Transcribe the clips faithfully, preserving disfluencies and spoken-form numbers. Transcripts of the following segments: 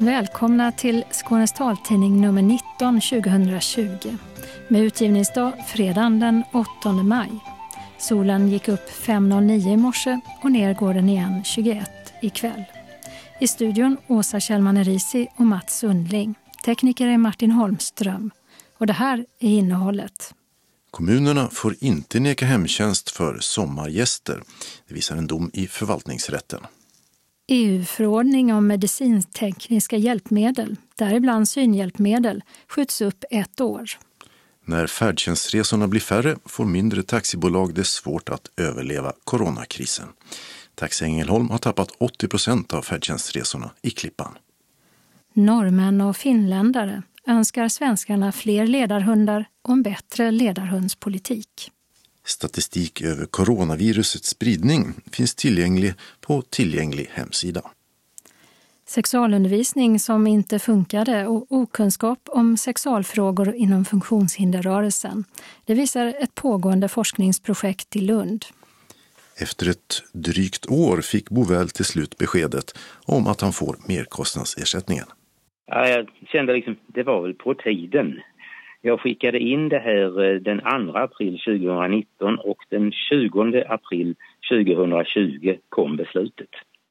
Välkomna till Skånes taltidning nummer nitton tjugohundratjugo med utgivningsdag fredagen den åttonde maj. Solen gick upp fem noll nio i morse och ner går den igen tjugoett ikväll. I studion Åsa Kjellman-Erisi och Mats Sundling. Tekniker är Martin Holmström. Och det här är innehållet. Kommunerna får inte neka hemtjänst för sommargäster. Det visar en dom i förvaltningsrätten. E U-förordning om medicintekniska hjälpmedel, däribland synhjälpmedel, skjuts upp ett år. När färdtjänstresorna blir färre får mindre taxibolag det svårt att överleva coronakrisen. Taxi Ängelholm har tappat åttio procent av färdtjänstresorna i Klippan. Norrmän och finländare önskar svenskarna fler ledarhundar och en bättre ledarhundspolitik. Statistik över coronavirusets spridning finns tillgänglig på tillgänglig hemsida. Sexualundervisning som inte funkade och okunskap om sexualfrågor inom funktionshinderrörelsen. Det visar ett pågående forskningsprojekt i Lund. Efter ett drygt år fick Boväl till slut beskedet om att han får merkostnadsersättningen. Ja, jag kände liksom, det var väl på tiden. Jag skickade in det här den andra april tjugohundranitton och den tjugonde april tjugohundratjugo kom beslutet.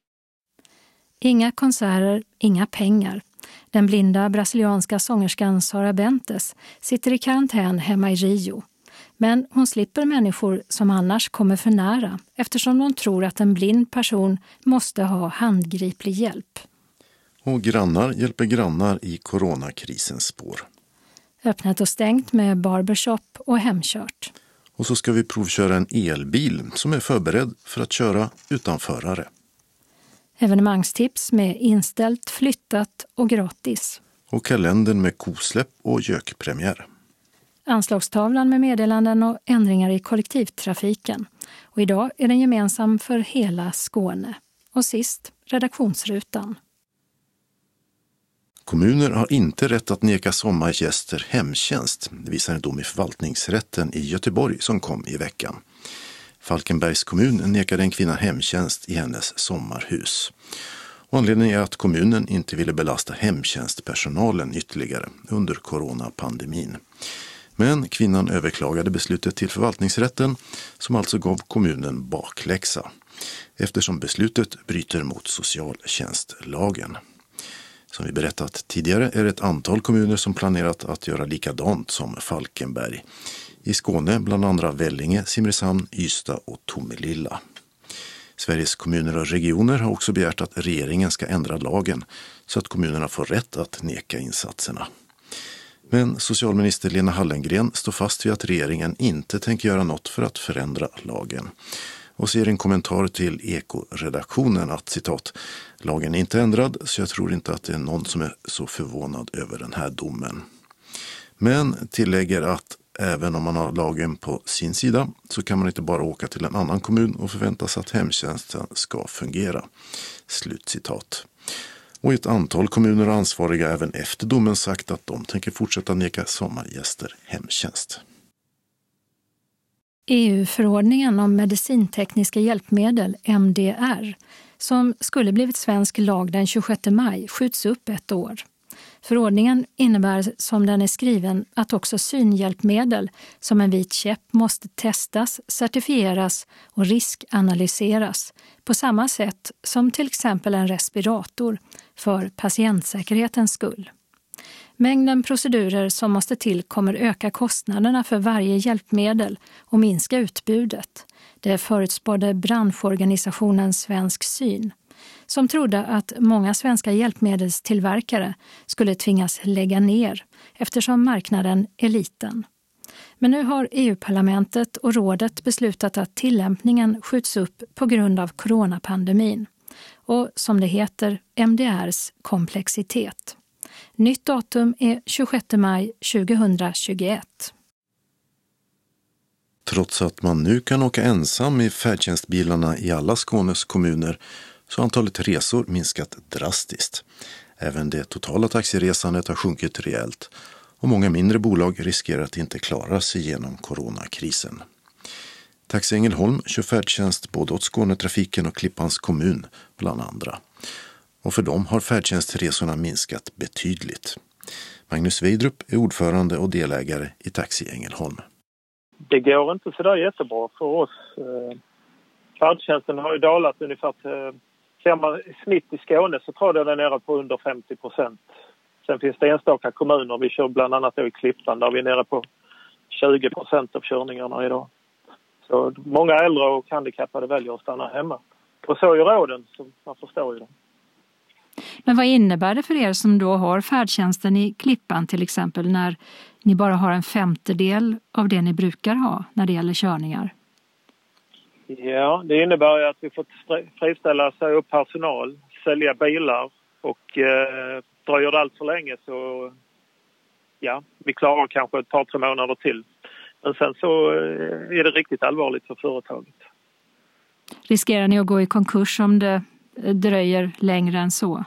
Inga konserter, inga pengar. Den blinda brasilianska sångerskan Sara Bentes sitter i karantän hemma i Rio. Men hon slipper människor som annars kommer för nära eftersom de tror att en blind person måste ha handgriplig hjälp. Och grannar hjälper grannar i coronakrisens spår. Öppnat och stängt med barbershop och hemkört. Och så ska vi provköra en elbil som är förberedd för att köra utan förare. Evenemangstips med inställt, flyttat och gratis. Och kalendern med kosläpp och gökpremiär. Anslagstavlan med meddelanden och ändringar i kollektivtrafiken. Och idag är den gemensam för hela Skåne. Och sist, redaktionsrutan. Kommuner har inte rätt att neka sommargäster hemtjänst. Det visar en dom i förvaltningsrätten i Göteborg som kom i veckan. Falkenbergs kommun nekade en kvinna hemtjänst i hennes sommarhus. Och anledningen är att kommunen inte ville belasta hemtjänstpersonalen ytterligare under coronapandemin. Men kvinnan överklagade beslutet till förvaltningsrätten som alltså gav kommunen bakläxa eftersom beslutet bryter mot socialtjänstlagen. Som vi berättat tidigare är det ett antal kommuner som planerat att göra likadant som Falkenberg. I Skåne bland andra Vellinge, Simrishamn, Ystad och Tomelilla. Sveriges kommuner och regioner har också begärt att regeringen ska ändra lagen så att kommunerna får rätt att neka insatserna. Men socialminister Lena Hallengren står fast vid att regeringen inte tänker göra något för att förändra lagen. Och ser en kommentar till Eko-redaktionen att citat, lagen är inte ändrad så jag tror inte att det är någon som är så förvånad över den här domen. Men tillägger att även om man har lagen på sin sida så kan man inte bara åka till en annan kommun och förvänta sig att hemtjänsten ska fungera. Slutcitat. Och ett antal kommuner och ansvariga även efter domen sagt att de tänker fortsätta neka sommargäster hemtjänst. E U-förordningen om medicintekniska hjälpmedel, M D R, som skulle blivit svensk lag den tjugosjätte maj, skjuts upp ett år. Förordningen innebär som den är skriven att också synhjälpmedel som en vit käpp måste testas, certifieras och riskanalyseras på samma sätt som till exempel en respirator för patientsäkerhetens skull. Mängden procedurer som måste till kommer öka kostnaderna för varje hjälpmedel och minska utbudet. Det förutspådde branschorganisationen Svensk Syn, som trodde att många svenska hjälpmedelstillverkare skulle tvingas lägga ner eftersom marknaden är liten. Men nu har E U-parlamentet och rådet beslutat att tillämpningen skjuts upp på grund av coronapandemin och, som det heter, M D R:s komplexitet. Nytt datum är tjugosjätte maj tjugohundratjugoett. Trots att man nu kan åka ensam i färdtjänstbilarna i alla Skånes kommuner så har antalet resor minskat drastiskt. Även det totala taxiresandet har sjunkit rejält och många mindre bolag riskerar att inte klara sig genom coronakrisen. Taxi Ängelholm kör färdtjänst både åt Skånetrafiken och Klippans kommun bland andra. och för dem har färdtjänstresorna minskat betydligt. Magnus Weidrup är ordförande och delägare i Taxi Ängelholm. Det går inte så där jättebra för oss. Färdtjänsten har ju dalat ungefär till, ser man snitt i Skåne så tror jag den är nere på under femtio procent. Sen finns det enstaka kommuner, vi kör bland annat då i Klippan där vi är nere på tjugo procent av körningarna idag. Så många äldre och handikappade väljer att stanna hemma. Och så är råden, så man förstår ju det. Men vad innebär det för er som då har färdtjänsten i Klippan till exempel när ni bara har en femtedel av det ni brukar ha när det gäller körningar? Ja, det innebär ju att vi får friställa sig upp personal, sälja bilar och eh, dröjer det allt för länge så ja, vi klarar kanske ett par, tre månader till. Men sen så eh, är det riktigt allvarligt för företaget. Riskerar ni att gå i konkurs om det dröjer längre än så?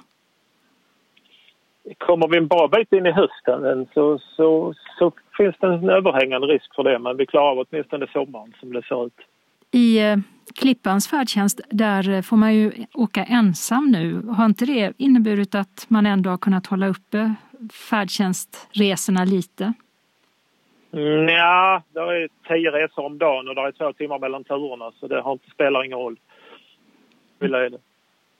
Kommer vi en bra bit in i hösten så, så, så finns det en överhängande risk för det. Men vi klarar åtminstone sommaren som det ser ut. I eh, Klippans färdtjänst där får man ju åka ensam nu. Har inte det inneburit att man ändå har kunnat hålla uppe färdtjänstresorna lite? Mm, ja, det är tio resor om dagen och det är två timmar mellan turerna så det har inte, spelar ingen roll. Vill jag det.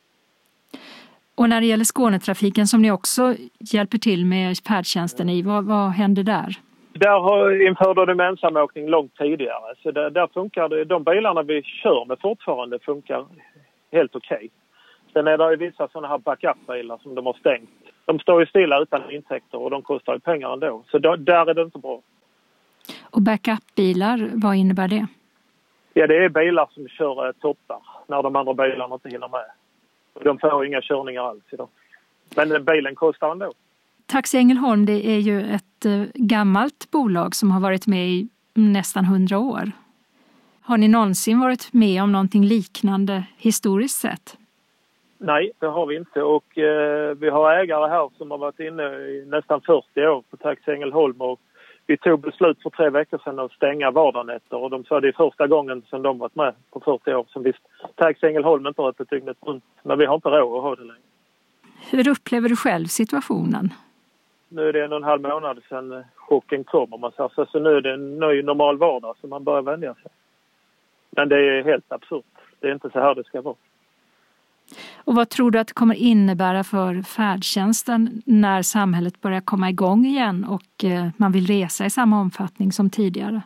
Och när det gäller Skånetrafiken som ni också hjälper till med färdtjänsten i, vad, vad händer där? Där har, införde de ensamåkning långt tidigare. Så där, där funkar det, de bilarna vi kör med fortfarande funkar helt okej. Okay. Sen är det ju vissa sådana här backup-bilar som de har stängt. De står ju stilla utan intäkter och de kostar ju pengar ändå. Så där, där är det inte bra. Och backup-bilar, vad innebär det? Ja, det är bilar som kör eh, toppar när de andra bilarna inte hinner med. De får inga körningar alls idag. Men bilen kostar ändå. Taxi Ängelholm, det är ju ett gammalt bolag som har varit med i nästan hundra år. Har ni någonsin varit med om någonting liknande historiskt sett? Nej, det har vi inte. Och eh, vi har ägare här som har varit inne i nästan fyrtio år på Taxi Ängelholm. Och vi tog beslut för tre veckor sedan att stänga vardagsnätter. Och de sa det är första gången som de varit med på fyrtio år som visst Taxi Ängelholm inte har ett dygnet runt. Men vi har inte råd att ha det längre. Hur upplever du själv situationen? Nu är det en och en halv månad sedan chocken kom om man säger så. Så nu är det en ny normal vardag som man börjar vänja sig. Men det är helt absurt. Det är inte så här det ska vara. Och vad tror du att det kommer innebära för färdtjänsten när samhället börjar komma igång igen och man vill resa i samma omfattning som tidigare?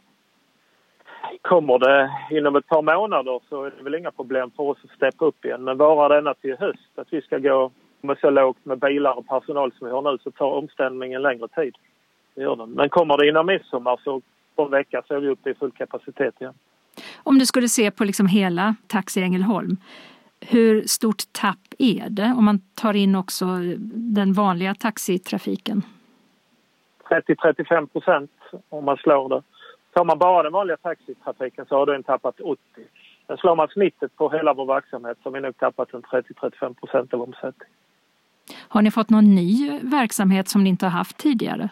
Kommer det inom ett par månader så är det väl inga problem för oss att steppa upp igen. Men bara denna till höst att vi ska gå med så lågt med bilar och personal som vi har nu så tar omställningen längre tid. Det gör den. Men kommer det inom midsommar så på en vecka så är vi uppe i full kapacitet igen. Om du skulle se på liksom hela Taxi Ängelholm, hur stort tapp är det om man tar in också den vanliga taxitrafiken? trettio till trettiofem procent om man slår det. Tar man bara den vanliga taxitrafiken så har den tappat åttio. Men slår man snittet på hela vår verksamhet så har vi nog tappat en trettio till trettiofem procent av omsättningen. Har ni fått någon ny verksamhet som ni inte har haft tidigare?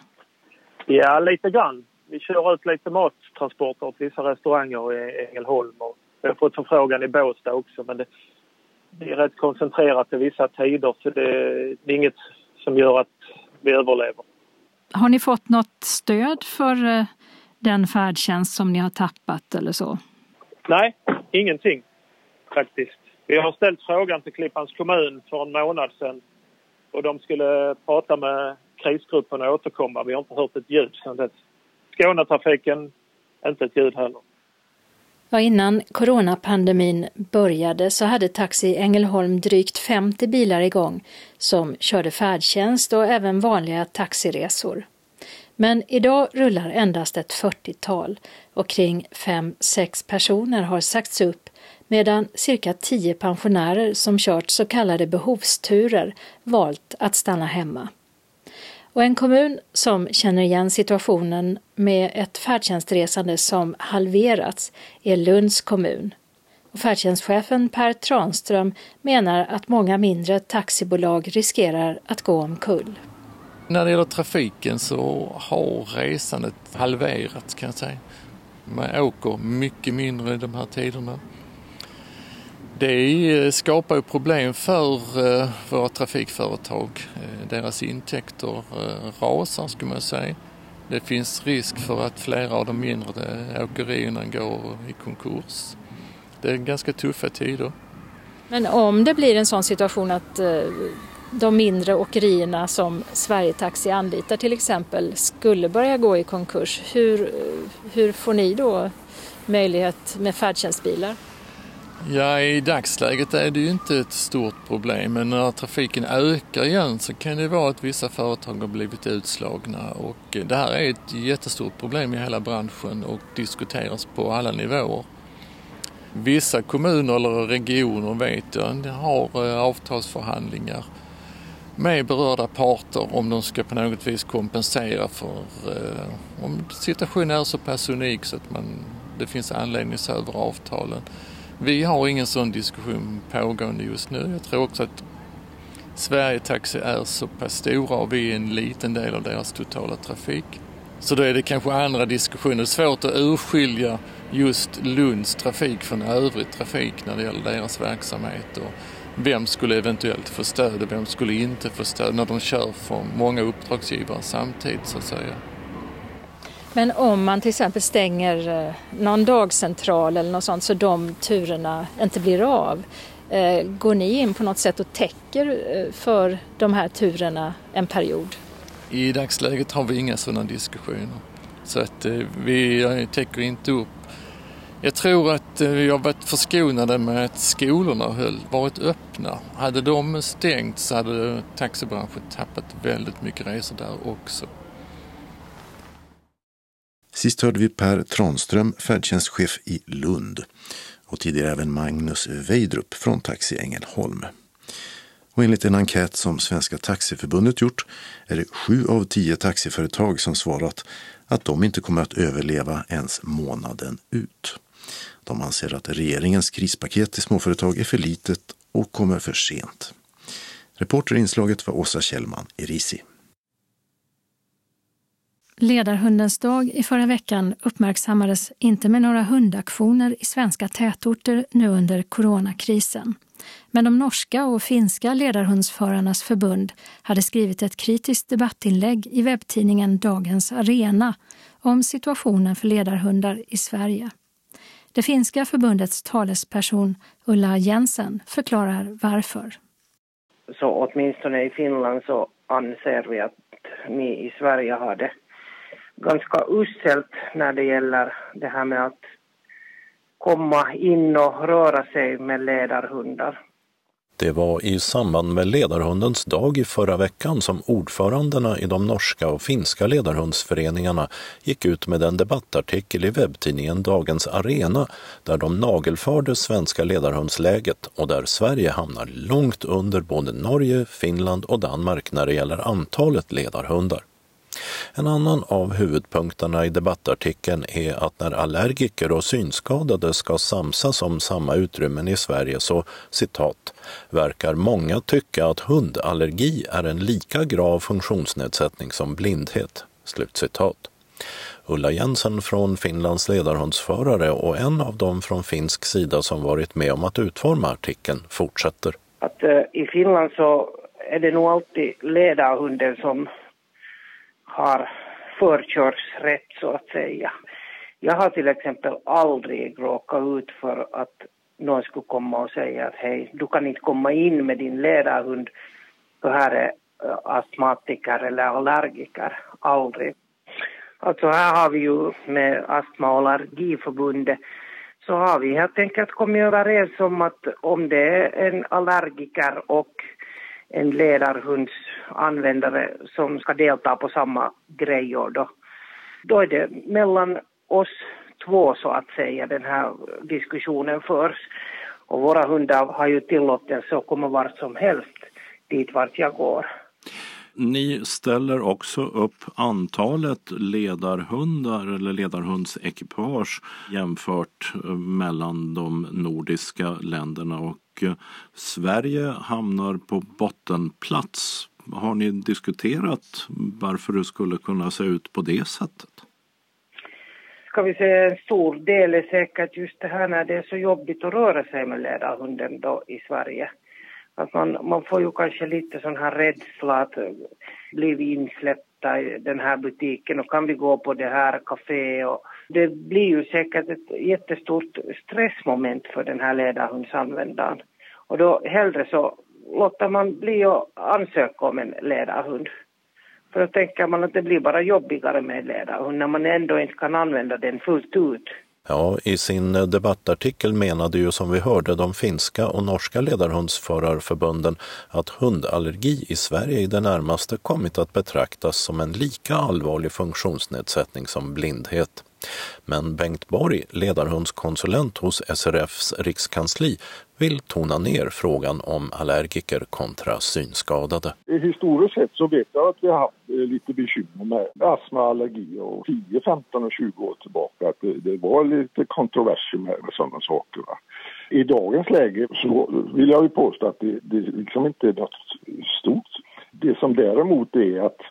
Ja, lite grann. Vi kör ut lite mattransporter åt vissa restauranger i Ängelholm och vi har fått förfrågan i Båstad också men det, det är rätt koncentrerat i vissa tider så det, det är inget som gör att vi överlever. Har ni fått något stöd för den färdtjänst som ni har tappat eller så? Nej, ingenting faktiskt. Vi har ställt frågan till Klippans kommun för en månad sedan och de skulle prata med krisgruppen och återkomma. Vi har inte hört ett ljud sedan dess. Skånetrafiken, inte ett ljud heller. Ja, innan coronapandemin började så hade Taxi Ängelholm drygt femtio bilar igång som körde färdtjänst och även vanliga taxiresor. Men idag rullar endast ett fyrtiotal och kring fem sex personer har sagts upp medan cirka tio pensionärer som kört så kallade behovsturer valt att stanna hemma. Och en kommun som känner igen situationen med ett färdtjänstresande som halverats är Lunds kommun. Och färdtjänstchefen Per Tranström menar att många mindre taxibolag riskerar att gå omkull. När det gäller trafiken så har resandet halverats kan jag säga. Man åker mycket mindre i de här tiderna. Det skapar ju problem för våra trafikföretag. Deras intäkter rasar, skulle man säga. Det finns risk för att flera av de mindre åkerierna går i konkurs. Det är ganska tuffa tider. Men om det blir en sån situation att de mindre åkerierna som Sverigetaxi anlitar till exempel skulle börja gå i konkurs, hur, hur får ni då möjlighet med färdtjänstbilar? Ja, i dagsläget är det ju inte ett stort problem, men när trafiken ökar igen så kan det vara att vissa företag har blivit utslagna, och det här är ett jättestort problem i hela branschen och diskuteras på alla nivåer. Vissa kommuner eller regioner, vet jag, har avtalsförhandlingar med berörda parter om de ska på något vis kompensera för om situationen är så pass unik så att man, det finns anledning att se över avtalen. Vi har ingen sån diskussion pågående just nu. Jag tror också att Sverigetaxi är så pass stora och vi är en liten del av deras totala trafik. Så då är det kanske andra diskussioner. Det är svårt att urskilja just Lunds trafik från övrig trafik när det gäller deras verksamhet. Och vem skulle eventuellt få stöd och vem skulle inte få stöd när de kör för många uppdragsgivare samtidigt, så att säga. Men om man till exempel stänger någon dagcentral eller något sånt så de turerna inte blir av, går ni in på något sätt och täcker för de här turerna en period? I dagsläget har vi inga sådana diskussioner. Så att vi täcker inte upp. Jag tror att vi har varit förskonade med att skolorna höll varit öppna. Hade de stängt så hade taxibranschen tappat väldigt mycket resor där också. Sist hörde vi Per Tranström, färdtjänstchef i Lund, och tidigare även Magnus Weidrup från Taxi Ängelholm. Och enligt en enkät som Svenska Taxiförbundet gjort är det sju av tio taxiföretag som svarat att de inte kommer att överleva ens månaden ut. De anser att regeringens krispaket till småföretag är för litet och kommer för sent. Reporterinslaget var Åsa Kjellman i Risi. Ledarhundens dag i förra veckan uppmärksammades inte med några hundaktioner i svenska tätorter nu under coronakrisen. Men de norska och finska ledarhundsförarnas förbund hade skrivit ett kritiskt debattinlägg i webbtidningen Dagens Arena om situationen för ledarhundar i Sverige. Det finska förbundets talesperson Ulla Jensen förklarar varför. Så åtminstone i Finland så anser vi att ni i Sverige har det ganska uselt när det gäller det här med att komma in och röra sig med ledarhundar. Det var i samband med ledarhundens dag i förra veckan som ordförandena i de norska och finska ledarhundsföreningarna gick ut med en debattartikel i webbtidningen Dagens Arena där de nagelförde svenska ledarhundsläget och där Sverige hamnar långt under både Norge, Finland och Danmark när det gäller antalet ledarhundar. En annan av huvudpunkterna i debattartikeln är att när allergiker och synskadade ska samsas om samma utrymmen i Sverige så, citat, verkar många tycka att hundallergi är en lika grav funktionsnedsättning som blindhet, slutcitat. Ulla Jensen från Finlands ledarhundsförare och en av dem från finsk sida som varit med om att utforma artikeln fortsätter. Att, uh, i Finland så är det nog alltid ledarhunden som har förkörsrätt så att säga. Jag har till exempel aldrig råkat ut för att någon skulle komma och säga att hej, du kan inte komma in med din ledarhund, för här är astmatiker eller allergiker. Aldrig. Alltså här har vi ju med Astma- och allergiförbundet så har vi helt enkelt kommit överens om att om det är en allergiker och en ledarhundsanvändare som ska delta på samma grejer då. Då är det mellan oss två så att säga den här diskussionen förs. Och våra hundar har ju tillåtelse att komma vart som helst dit vart jag går. Ni ställer också upp antalet ledarhundar eller ledarhundsekipage jämfört mellan de nordiska länderna och Sverige hamnar på bottenplats. Har ni diskuterat varför det skulle kunna se ut på det sättet? ska vi säga en stor del är säkert just det här när det är så jobbigt att röra sig med ledarhunden då i Sverige. Att man, man får ju kanske lite sån här rädsla att bli vi insläppta i den här butiken och kan vi gå på det här café. Och det blir ju säkert ett jättestort stressmoment för den här ledarhundsanvändaren. Och då hellre så låter man bli att ansöka om en ledarhund. För då tänker man att det blir bara jobbigare med ledarhund när man ändå inte kan använda den fullt ut. Ja, i sin debattartikel menade ju som vi hörde de finska och norska ledarhundsförarförbunden att hundallergi i Sverige i det närmaste kommit att betraktas som en lika allvarlig funktionsnedsättning som blindhet. Men Bengt Borg, ledarhundskonsulent hos S R F:s rikskansli, vill tona ner frågan om allergiker kontra synskadade. Historiskt sett så vet jag att vi har haft lite bekymmer med astma och allergi och tio, femton och tjugo år tillbaka. Att det, det var lite kontroverser med sådana saker. Va? I dagens läge så vill jag ju påstå att det, det liksom inte är något stort. Det som däremot är att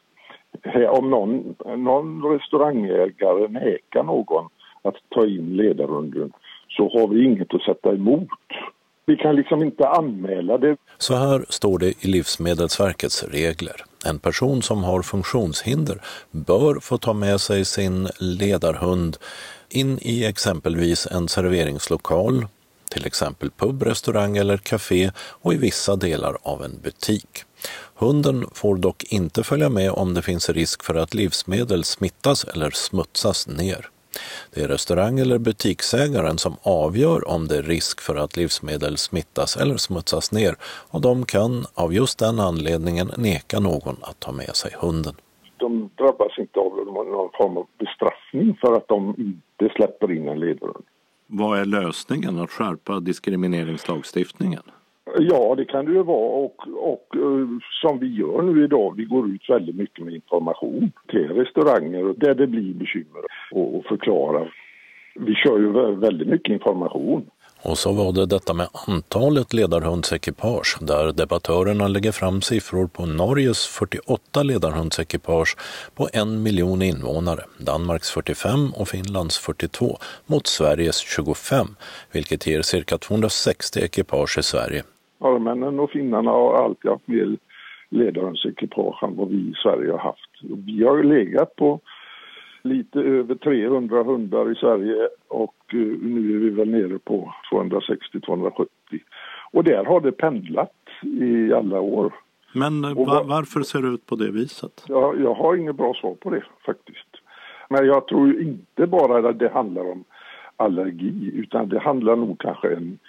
om någon, någon restaurangägare nekar någon att ta in ledarhunden så har vi inget att sätta emot. Vi kan liksom inte anmäla det. Så här står det i Livsmedelsverkets regler. En person som har funktionshinder bör få ta med sig sin ledarhund in i exempelvis en serveringslokal, till exempel pub, restaurang eller café och i vissa delar av en butik. Hunden får dock inte följa med om det finns risk för att livsmedel smittas eller smutsas ner. Det är restaurang- eller butiksägaren som avgör om det är risk för att livsmedel smittas eller smutsas ner och de kan av just den anledningen neka någon att ta med sig hunden. De drabbas inte av någon form av bestraffning för att de inte släpper in en ledarhund. Vad är lösningen att skärpa diskrimineringslagstiftningen? Ja, det kan det ju vara och, och som vi gör nu idag, vi går ut väldigt mycket med information till restauranger där det blir bekymmer och, och förklarar. Vi kör ju väldigt mycket information. Och så var det detta med antalet ledarhundsekipage där debattörerna lägger fram siffror på Norges fyrtioåtta ledarhundsekipage på en miljon invånare, Danmarks fyrtiofem och Finlands fyrtiotvå mot Sveriges tjugofem, vilket ger cirka tvåhundrasextio ekipage i Sverige. Norrmännen och finnarna har alltid haft mer ledarhundsekipage än vad vi i Sverige har haft. Vi har ju legat på lite över trehundra hundar i Sverige och nu är vi väl nere på tvåhundrasextio till tvåhundrasjuttio. Och där har det pendlat i alla år. Men var, varför ser det ut på det viset? Jag, jag har inget bra svar på det faktiskt. Men jag tror ju inte bara att det handlar om allergi utan det handlar nog kanske en,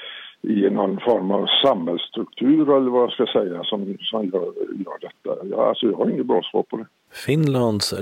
i någon form av samhällsstruktur eller vad jag ska säga som, som gör, gör detta. Jag, alltså, jag har inget bra svar på det. Finlands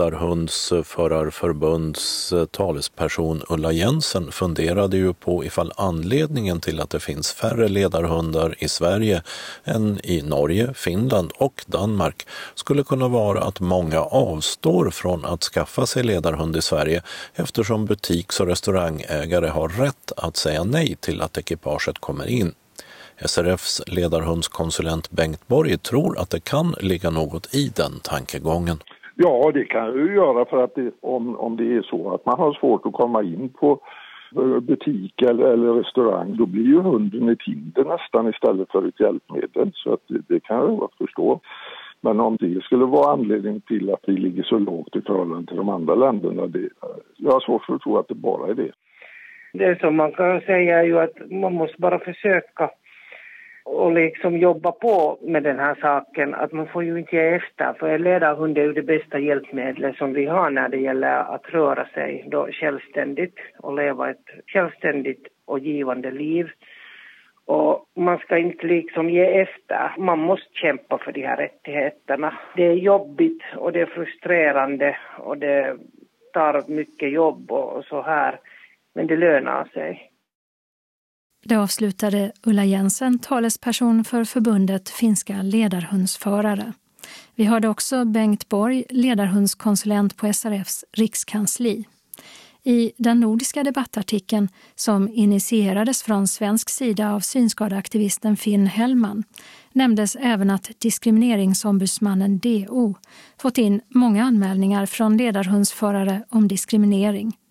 ledarhundsförarförbunds talesperson Ulla Jensen funderade ju på ifall anledningen till att det finns färre ledarhundar i Sverige än i Norge, Finland och Danmark skulle kunna vara att många avstår från att skaffa sig ledarhund i Sverige eftersom butiks- och restaurangägare har rätt att säga nej till att ekipaget kommer in. S R F:s ledarhundskonsulent Bengt Borg tror att det kan ligga något i den tankegången. Ja, det kan du göra för att det, om, om det är så att man har svårt att komma in på butik eller, eller restaurang, då blir ju hunden ett hinder nästan istället för ett hjälpmedel. Så att det, det kan jag förstå. Men om det skulle vara anledning till att vi ligger så lågt i förhållande till de andra länderna, det, jag har svårt att tro att det bara är det. Det som man kan säga är ju att man måste bara försöka och liksom jobba på med den här saken, att man får ju inte ge efter, för en ledarhund är ju det bästa hjälpmedlet som vi har när det gäller att röra sig då självständigt och leva ett självständigt och givande liv. Och man ska inte liksom ge efter, man måste kämpa för de här rättigheterna. Det är jobbigt och det är frustrerande och det tar mycket jobb och så här, men det lönar sig. Det avslutade Ulla Jensen, talesperson för förbundet Finska ledarhundsförare. Vi hörde också Bengt Borg, ledarhundskonsulent på S R F:s rikskansli. I den nordiska debattartikeln som initierades från svensk sida av synskadeaktivisten Finn Hellman nämndes även att diskrimineringsombudsmannen D O fått in många anmälningar från ledarhundsförare om diskriminering.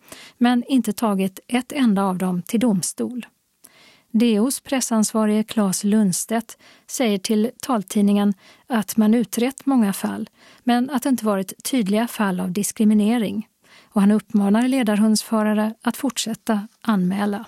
men inte tagit ett enda av dem till domstol. D O:s pressansvarige Claes Lundstedt säger till taltidningen att man utrett många fall, men att det inte varit tydliga fall av diskriminering. Och han uppmanar ledarhundsförare att fortsätta anmäla.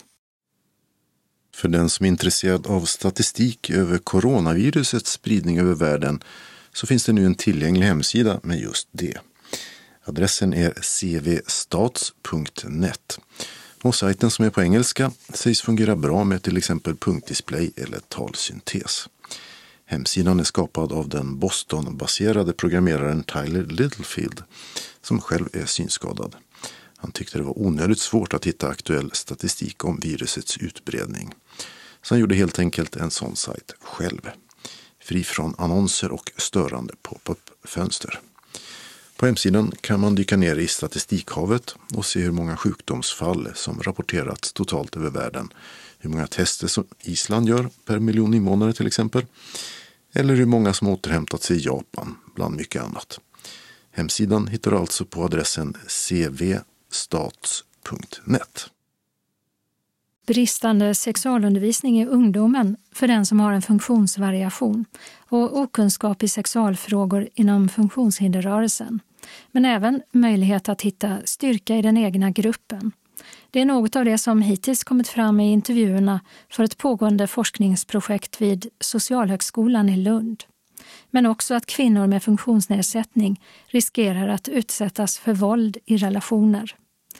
För den som är intresserad av statistik över coronavirusets spridning över världen så finns det nu en tillgänglig hemsida med just det. Adressen är c v stats punkt net. Och sajten som är på engelska sägs fungera bra med till exempel punktdisplay eller talsyntes. Hemsidan är skapad av den Boston-baserade programmeraren Tyler Littlefield som själv är synskadad. Han tyckte det var onödigt svårt att hitta aktuell statistik om virusets utbredning. Så han gjorde helt enkelt en sån sajt själv. Fri från annonser och störande pop-up-fönster. På hemsidan kan man dyka ner i statistikhavet och se hur många sjukdomsfall som rapporterats totalt över världen. Hur många tester som Island gör per miljon invånare till exempel. Eller hur många som återhämtat sig i Japan, bland mycket annat. Hemsidan hittar du alltså på adressen c v stats punkt net. Bristande sexualundervisning i ungdomen för den som har en funktionsvariation och okunskap i sexualfrågor inom funktionshinderrörelsen. Men även möjlighet att hitta styrka i den egna gruppen. Det är något av det som hittills kommit fram i intervjuerna för ett pågående forskningsprojekt vid Socialhögskolan i Lund. Men också att kvinnor med funktionsnedsättning riskerar att utsättas för våld i relationer.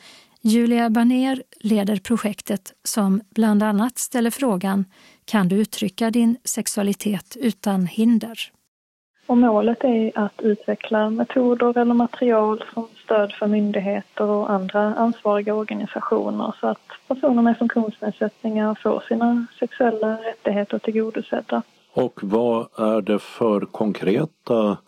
Julia Baner leder projektet som bland annat ställer frågan: kan du uttrycka din sexualitet utan hinder? Och målet är att utveckla metoder eller material som stöd för myndigheter och andra ansvariga organisationer så att personer med funktionsnedsättningar får sina sexuella rättigheter tillgodosedda. Och vad är det för konkreta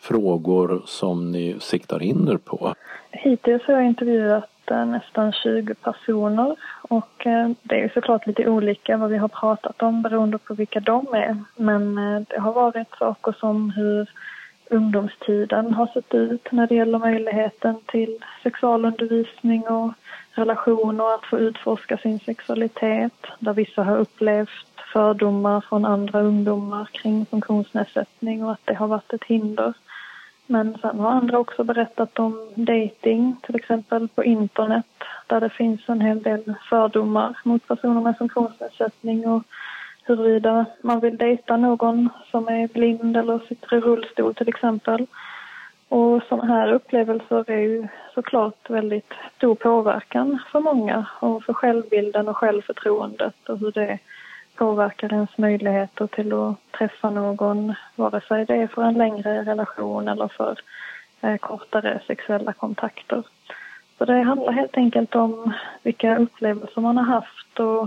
frågor som ni siktar in er på? Hittills har jag intervjuat nästan tjugo personer och det är såklart lite olika vad vi har pratat om beroende på vilka de är. Men det har varit saker som hur ungdomstiden har sett ut när det gäller möjligheten till sexualundervisning och relationer och att få utforska sin sexualitet. Där vissa har upplevt fördomar från andra ungdomar kring funktionsnedsättning och att det har varit ett hinder. Men sen har andra också berättat om dating, till exempel på internet, där det finns en hel del fördomar mot personer med funktionsnedsättning och huruvida man vill dejta någon som är blind eller sitter i rullstol till exempel. Och sådana här upplevelser är ju såklart väldigt stor påverkan för många och för självbilden och självförtroendet och hur det påverkar ens möjligheter till att träffa någon, vare sig det är för en längre relation eller för eh, kortare sexuella kontakter. Så det handlar helt enkelt om vilka upplevelser man har haft och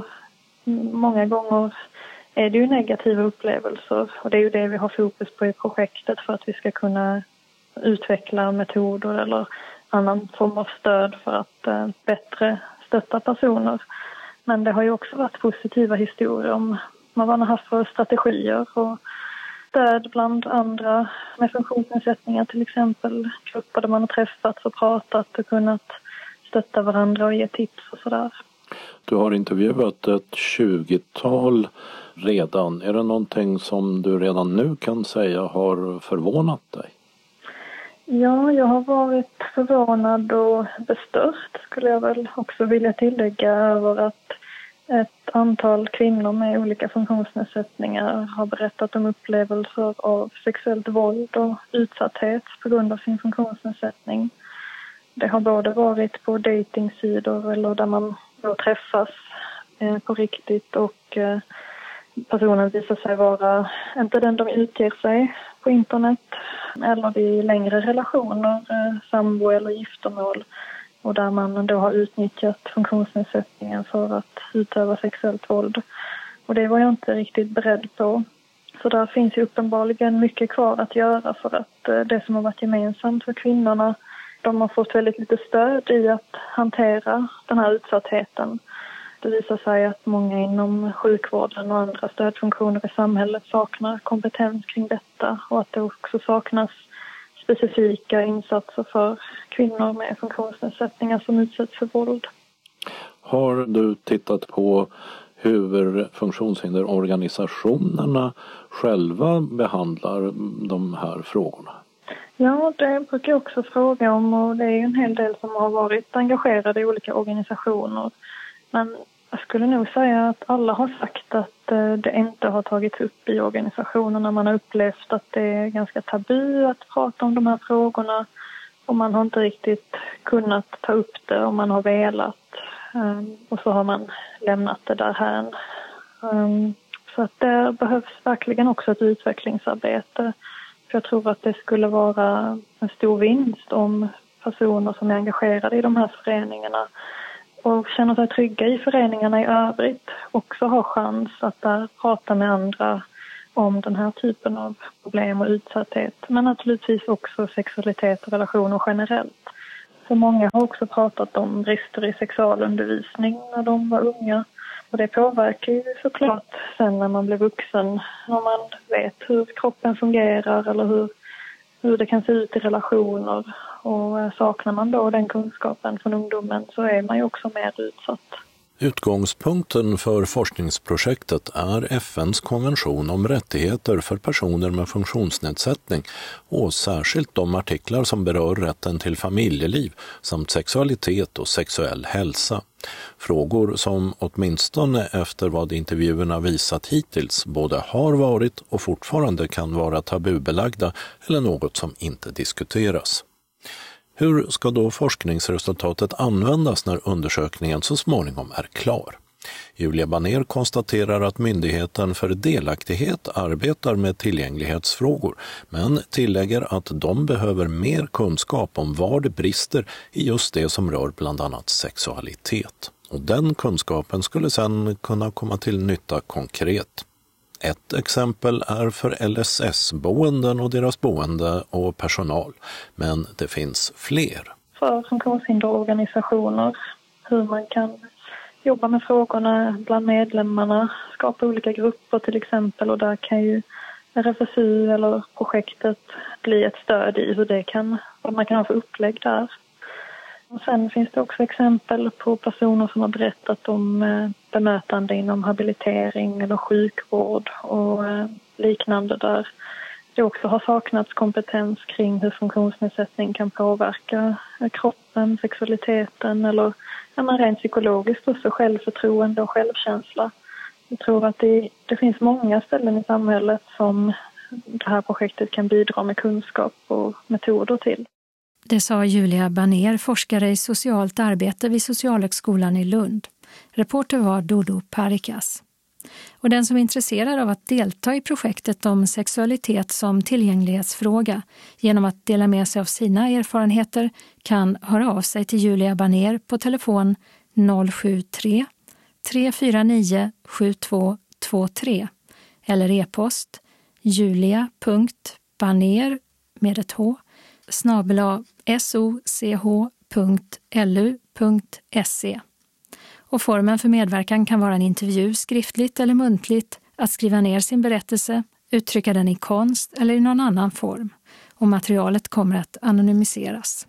många gånger är det ju negativa upplevelser och det är ju det vi har fokus på i projektet för att vi ska kunna utveckla metoder eller annan form av stöd för att eh, bättre stötta personer. Men det har ju också varit positiva historier om vad man har haft för strategier och stöd bland andra med funktionsnedsättningar, till exempel grupper där man har träffats och pratat och kunnat stötta varandra och ge tips och sådär. Du har intervjuat ett tjugotal redan. Är det någonting som du redan nu kan säga har förvånat dig? Ja, jag har varit förvånad och bestört skulle jag väl också vilja tillägga över att ett antal kvinnor med olika funktionsnedsättningar har berättat om upplevelser av sexuellt våld och utsatthet på grund av sin funktionsnedsättning. Det har både varit på datingsidor eller där man då träffas eh, på riktigt och eh, personen visar sig vara inte den de utger sig på internet eller i längre relationer, eh, sambo eller giftermål och där man då har utnyttjat funktionsnedsättningen för att utöva sexuellt våld. Och det var jag inte riktigt beredd på. Så där finns ju uppenbarligen mycket kvar att göra för att eh, det som har varit gemensamt för kvinnorna, de har fått väldigt lite stöd i att hantera den här utsattheten. Det visar sig att många inom sjukvården och andra stödfunktioner i samhället saknar kompetens kring detta och att det också saknas specifika insatser för kvinnor med funktionsnedsättningar som utsätts för våld. Har du tittat på hur funktionshinderorganisationerna själva behandlar de här frågorna? Ja, det brukar jag också fråga om, och det är en hel del som har varit engagerade i olika organisationer. Men jag skulle nog säga att alla har sagt att det inte har tagits upp i organisationerna. Man har upplevt att det är ganska tabu att prata om de här frågorna och man har inte riktigt kunnat ta upp det om man har velat. Och så har man lämnat det där här. Så att det behövs verkligen också ett utvecklingsarbete. För jag tror att det skulle vara en stor vinst om personer som är engagerade i de här föreningarna och känner sig trygga i föreningarna i övrigt också har chans att där prata med andra om den här typen av problem och utsatthet. Men naturligtvis också sexualitet och relationer generellt. För många har också pratat om brister i sexualundervisning när de var unga. Och det påverkar ju såklart sen när man blir vuxen. När man vet hur kroppen fungerar eller hur, hur det kan se ut i relationer. Och saknar man då den kunskapen från ungdomen så är man ju också mer utsatt. Utgångspunkten för forskningsprojektet är F N:s konvention om rättigheter för personer med funktionsnedsättning och särskilt de artiklar som berör rätten till familjeliv samt sexualitet och sexuell hälsa. Frågor som åtminstone efter vad intervjuerna visat hittills både har varit och fortfarande kan vara tabubelagda eller något som inte diskuteras. Hur ska då forskningsresultatet användas när undersökningen så småningom är klar? Julia Banér konstaterar att Myndigheten för delaktighet arbetar med tillgänglighetsfrågor men tillägger att de behöver mer kunskap om var det brister i just det som rör bland annat sexualitet. Och den kunskapen skulle sedan kunna komma till nytta konkret. Ett exempel är för L S S-boenden och deras boende och personal, men det finns fler. För funktionshinderorganisationer, hur man kan jobba med frågorna bland medlemmarna, skapa olika grupper till exempel, och där kan ju R F S U eller projektet bli ett stöd i hur det kan, vad man kan ha för upplägg där. Och sen finns det också exempel på personer som har berättat om bemötande inom habilitering eller sjukvård och liknande där det också har saknats kompetens kring hur funktionsnedsättning kan påverka kroppen, sexualiteten eller ja, men rent psykologiskt också självförtroende och självkänsla. Jag tror att det, det finns många ställen i samhället som det här projektet kan bidra med kunskap och metoder till. Det sa Julia Banér, forskare i socialt arbete vid Socialhögskolan i Lund. Reporter var Dodo Parikas. Och den som är intresserad av att delta i projektet om sexualitet som tillgänglighetsfråga genom att dela med sig av sina erfarenheter kan höra av sig till Julia Banér på telefon noll sju tre, tre fyra nio, sju två två tre eller e-post julia punkt banér med ett h snabel-a soch punkt lu punkt se. Och formen för medverkan kan vara en intervju skriftligt eller muntligt, att skriva ner sin berättelse, uttrycka den i konst eller i någon annan form. Och materialet kommer att anonymiseras.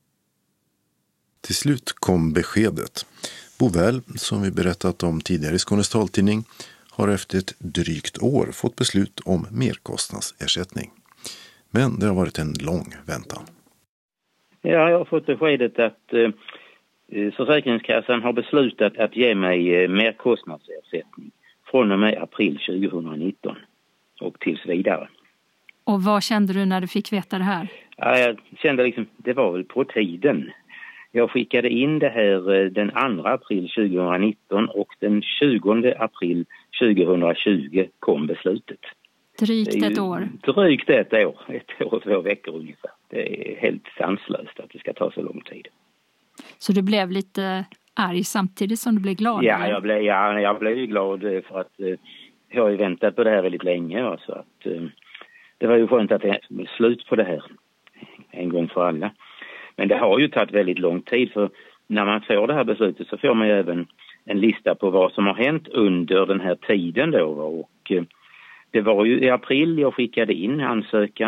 Till slut kom beskedet. Bovell, som vi berättat om tidigare i Skånes taltidning, har efter ett drygt år fått beslut om merkostnadsersättning. Men det har varit en lång väntan. Ja, jag har fått beskedet att eh, Försäkringskassan har beslutat att ge mig eh, merkostnadsersättning från och med april tjugonitton och tills vidare. Och vad kände du när du fick veta det här? Ja, jag kände liksom, det var väl på tiden. Jag skickade in det här eh, den andra april tjugonitton och den tjugonde april tjugotjugo kom beslutet. Drygt ett år. Drygt ett år. Ett år och två veckor ungefär. Det är helt sanslöst att det ska ta så lång tid. Så du blev lite arg samtidigt som du blev glad? Ja, jag blev, ja, jag blev ju glad för att eh, jag har ju väntat på det här väldigt länge. Alltså att, eh, det var ju skönt att det blev slut på det här en gång för alla. Men det har ju tagit väldigt lång tid, för när man får det här beslutet så får man ju även en lista på vad som har hänt under den här tiden då. Och eh, det var ju i april jag skickade in ansökan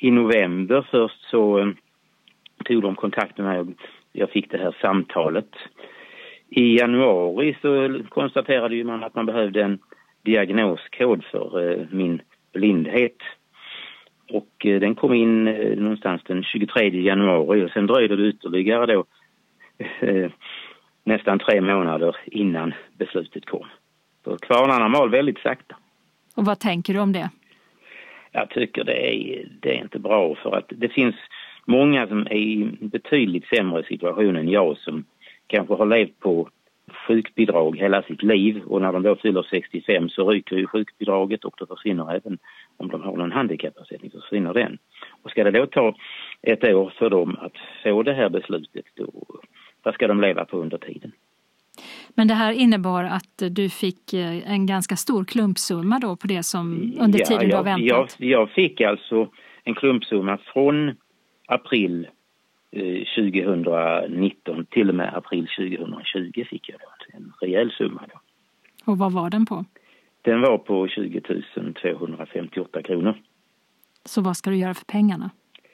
i november först så eh, tog de kontakt med mig och jag fick det här samtalet. I januari så konstaterade ju man att man behövde en diagnoskod för eh, min blindhet. Och eh, den kom in eh, någonstans den tjugotredje januari och sen dröjde det ytterligare då eh, nästan tre månader innan beslutet kom. Så kvarnarna mal väldigt sakta. Och vad tänker du om det? Jag tycker det är, det är inte bra för att det finns många som är i betydligt sämre situation än jag som kanske har levt på sjukbidrag hela sitt liv och när de då fyller sextiofem så ryker ju sjukbidraget och då försvinner även om de har någon handikappersättning så försvinner den. Och ska det då ta ett år för dem att få det här beslutet då, vad ska de leva på under tiden? Men det här innebar att du fick en ganska stor klumpsumma då på det som under ja, tiden jag, du har väntat? Jag, jag fick alltså en klumpsumma från april eh, tjugonitton till och med april tjugotjugo fick jag då en rejäl summa då. Och vad var den på? Den var på tjugo tusen tvåhundrafemtioåtta kronor. Så vad ska du göra för pengarna?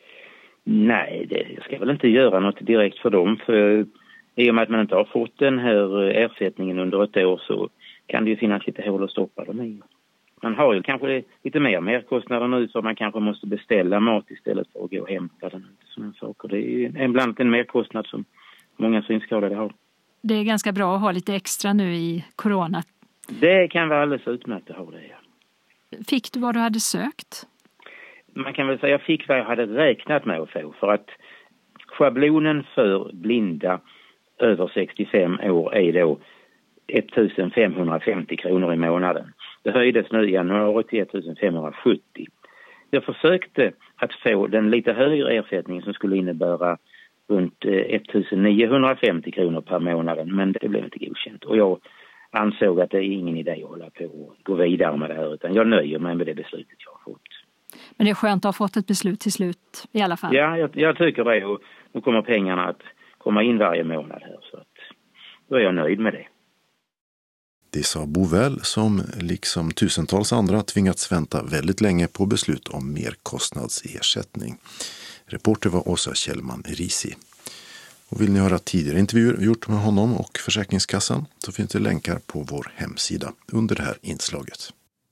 Nej, det, jag ska väl inte göra något direkt för dem för i och med att man inte har fått den här ersättningen under ett år så kan det ju finnas lite hål att stoppa dem i. Man har ju kanske lite mer merkostnader nu så man kanske måste beställa mat istället för att gå och hämta den. Sådana saker. Det är ju ibland en merkostnad som många synskadade har. Det är ganska bra att ha lite extra nu i corona. Det kan vara alldeles utmärkt att ha det, ja. Fick du vad du hade sökt? Man kan väl säga att jag fick vad jag hade räknat med att få för att schablonen för blinda över sextiofem år är då ettusenfemhundrafemtio kronor i månaden. Det höjdes nu i januari till ettusenfemhundrasjuttio. Jag försökte att få den lite högre ersättningen som skulle innebära runt ettusenniohundrafemtio kronor per månaden men det blev inte godkänt. Och jag ansåg att det är ingen idé att hålla på och gå vidare med det här utan jag nöjer mig med det beslutet jag har fått. Men det är skönt att ha fått ett beslut till slut i alla fall. Ja, jag, jag tycker det och nu kommer pengarna att komma in varje månad här så att då är jag nöjd med det. Det sa Bovell som liksom tusentals andra tvingats vänta väldigt länge på beslut om merkostnadsersättning. Reporter var Åsa Kjellman Risi. Och vill ni höra tidigare intervjuer gjort med honom och Försäkringskassan så finns det länkar på vår hemsida under det här inslaget.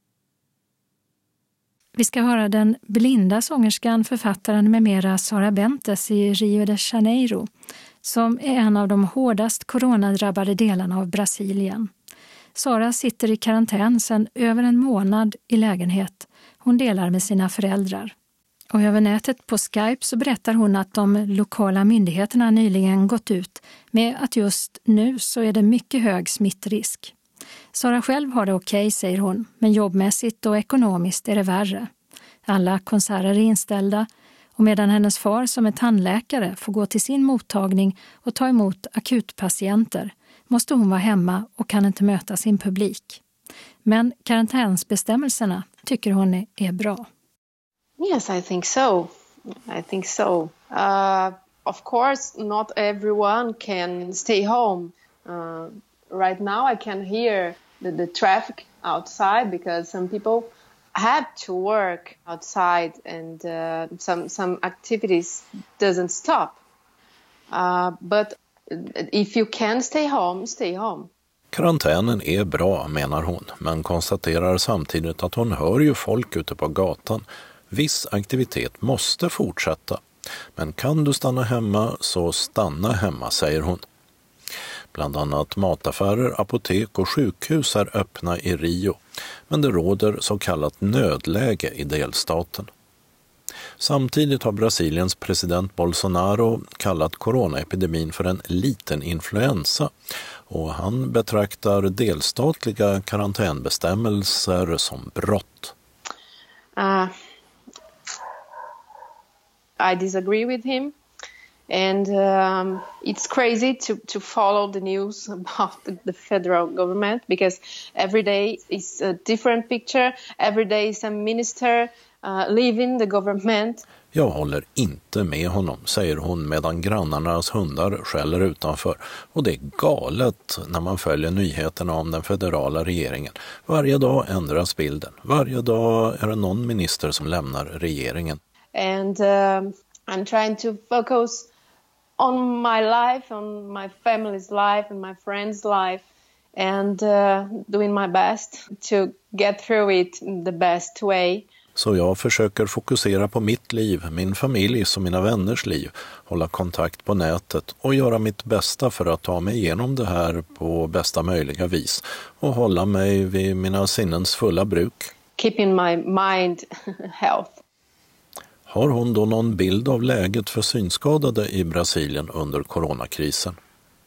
Vi ska höra den blinda sångerskan, författaren med mera Sara Bentes i Rio de Janeiro som är en av de hårdast coronadrabbade delarna av Brasilien. Sara sitter i karantän sedan över en månad i lägenhet. Hon delar med sina föräldrar. Och över nätet på Skype så berättar hon att de lokala myndigheterna nyligen gått ut med att just nu så är det mycket hög smittrisk. Sara själv har det okej, säger hon, men jobbmässigt och ekonomiskt är det värre. Alla konserter är inställda och medan hennes far som är tandläkare får gå till sin mottagning och ta emot akutpatienter måste hon vara hemma och kan inte möta sin publik. Men karantänsbestämmelserna tycker hon är bra. Yes, I think so. I think so. Uh, of course, not everyone can stay home. Uh, right now I can hear the, the traffic outside because some people have to work outside and uh, some some activities doesn't stop. Uh, but if you can stay home, stay home. Karantänen är bra, menar hon, men konstaterar samtidigt att hon hör ju folk ute på gatan. Viss aktivitet måste fortsätta. Men kan du stanna hemma så stanna hemma, säger hon. Bland annat mataffärer, apotek och sjukhus är öppna i Rio. Men det råder så kallat nödläge i delstaten. Samtidigt har Brasiliens president Bolsonaro kallat coronaepidemin för en liten influensa. Och han betraktar delstatliga karantänbestämmelser som brott. Uh. I disagree with him, and um, it's crazy to, to follow the news about the, the federal government because every day is a different picture. Every day is a minister uh, leaving the government. Jag håller inte med honom, säger hon medan grannarnas hundar skäller utanför. Och det är galet när man följer nyheterna om den federala regeringen. Varje dag ändras bilden. Varje dag är det någon minister som lämnar regeringen. And um, I'm trying to focus on my life, on my family's life and my friends' life, and uh, doing my best to get through it the best way. Så jag försöker fokusera på mitt liv, min familjs och mina vänners liv, hålla kontakt på nätet och göra mitt bästa för att ta mig igenom det här på bästa möjliga vis och hålla mig vid mina sinnens fulla bruk. Keeping my mind health. Har hon då någon bild av läget för synskadade i Brasilien under coronakrisen?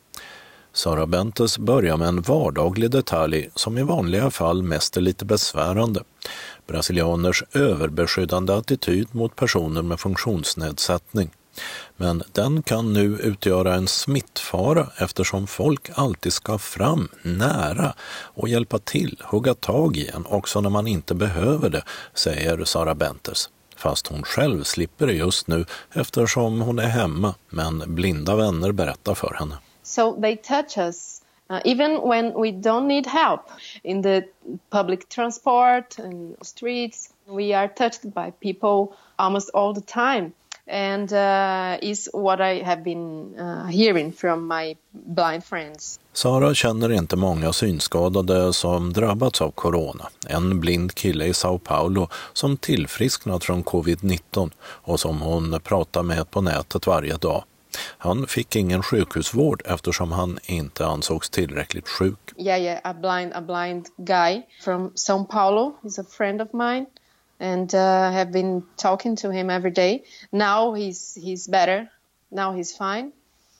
Sara Bentes börjar med en vardaglig detalj som i vanliga fall mest är lite besvärande. Brasilianers överbeskyddande attityd mot personer med funktionsnedsättning. Men den kan nu utgöra en smittfara eftersom folk alltid ska fram nära och hjälpa till, hugga tag i en också när man inte behöver det, säger Sara Bentes. Fast hon själv slipper det just nu eftersom hon är hemma, men blinda vänner berättar för henne. So they touch us uh, even when we don't need help. In the public transport and streets, we are touched by people almost all the time. And uh, is what I have been uh, hearing from my blind friends. Sara känner inte många synskadade som drabbats av corona. En blind kille i Sao Paulo som tillfrisknat från covid nitton och som hon pratar med på nätet varje dag. Han fick ingen sjukhusvård eftersom han inte ansågs tillräckligt sjuk. Yeah, yeah, a blind, a blind guy from Sao Paulo. He's a friend of mine. And uh, have been talking to him every day. Now he's he's better. Now he's fine.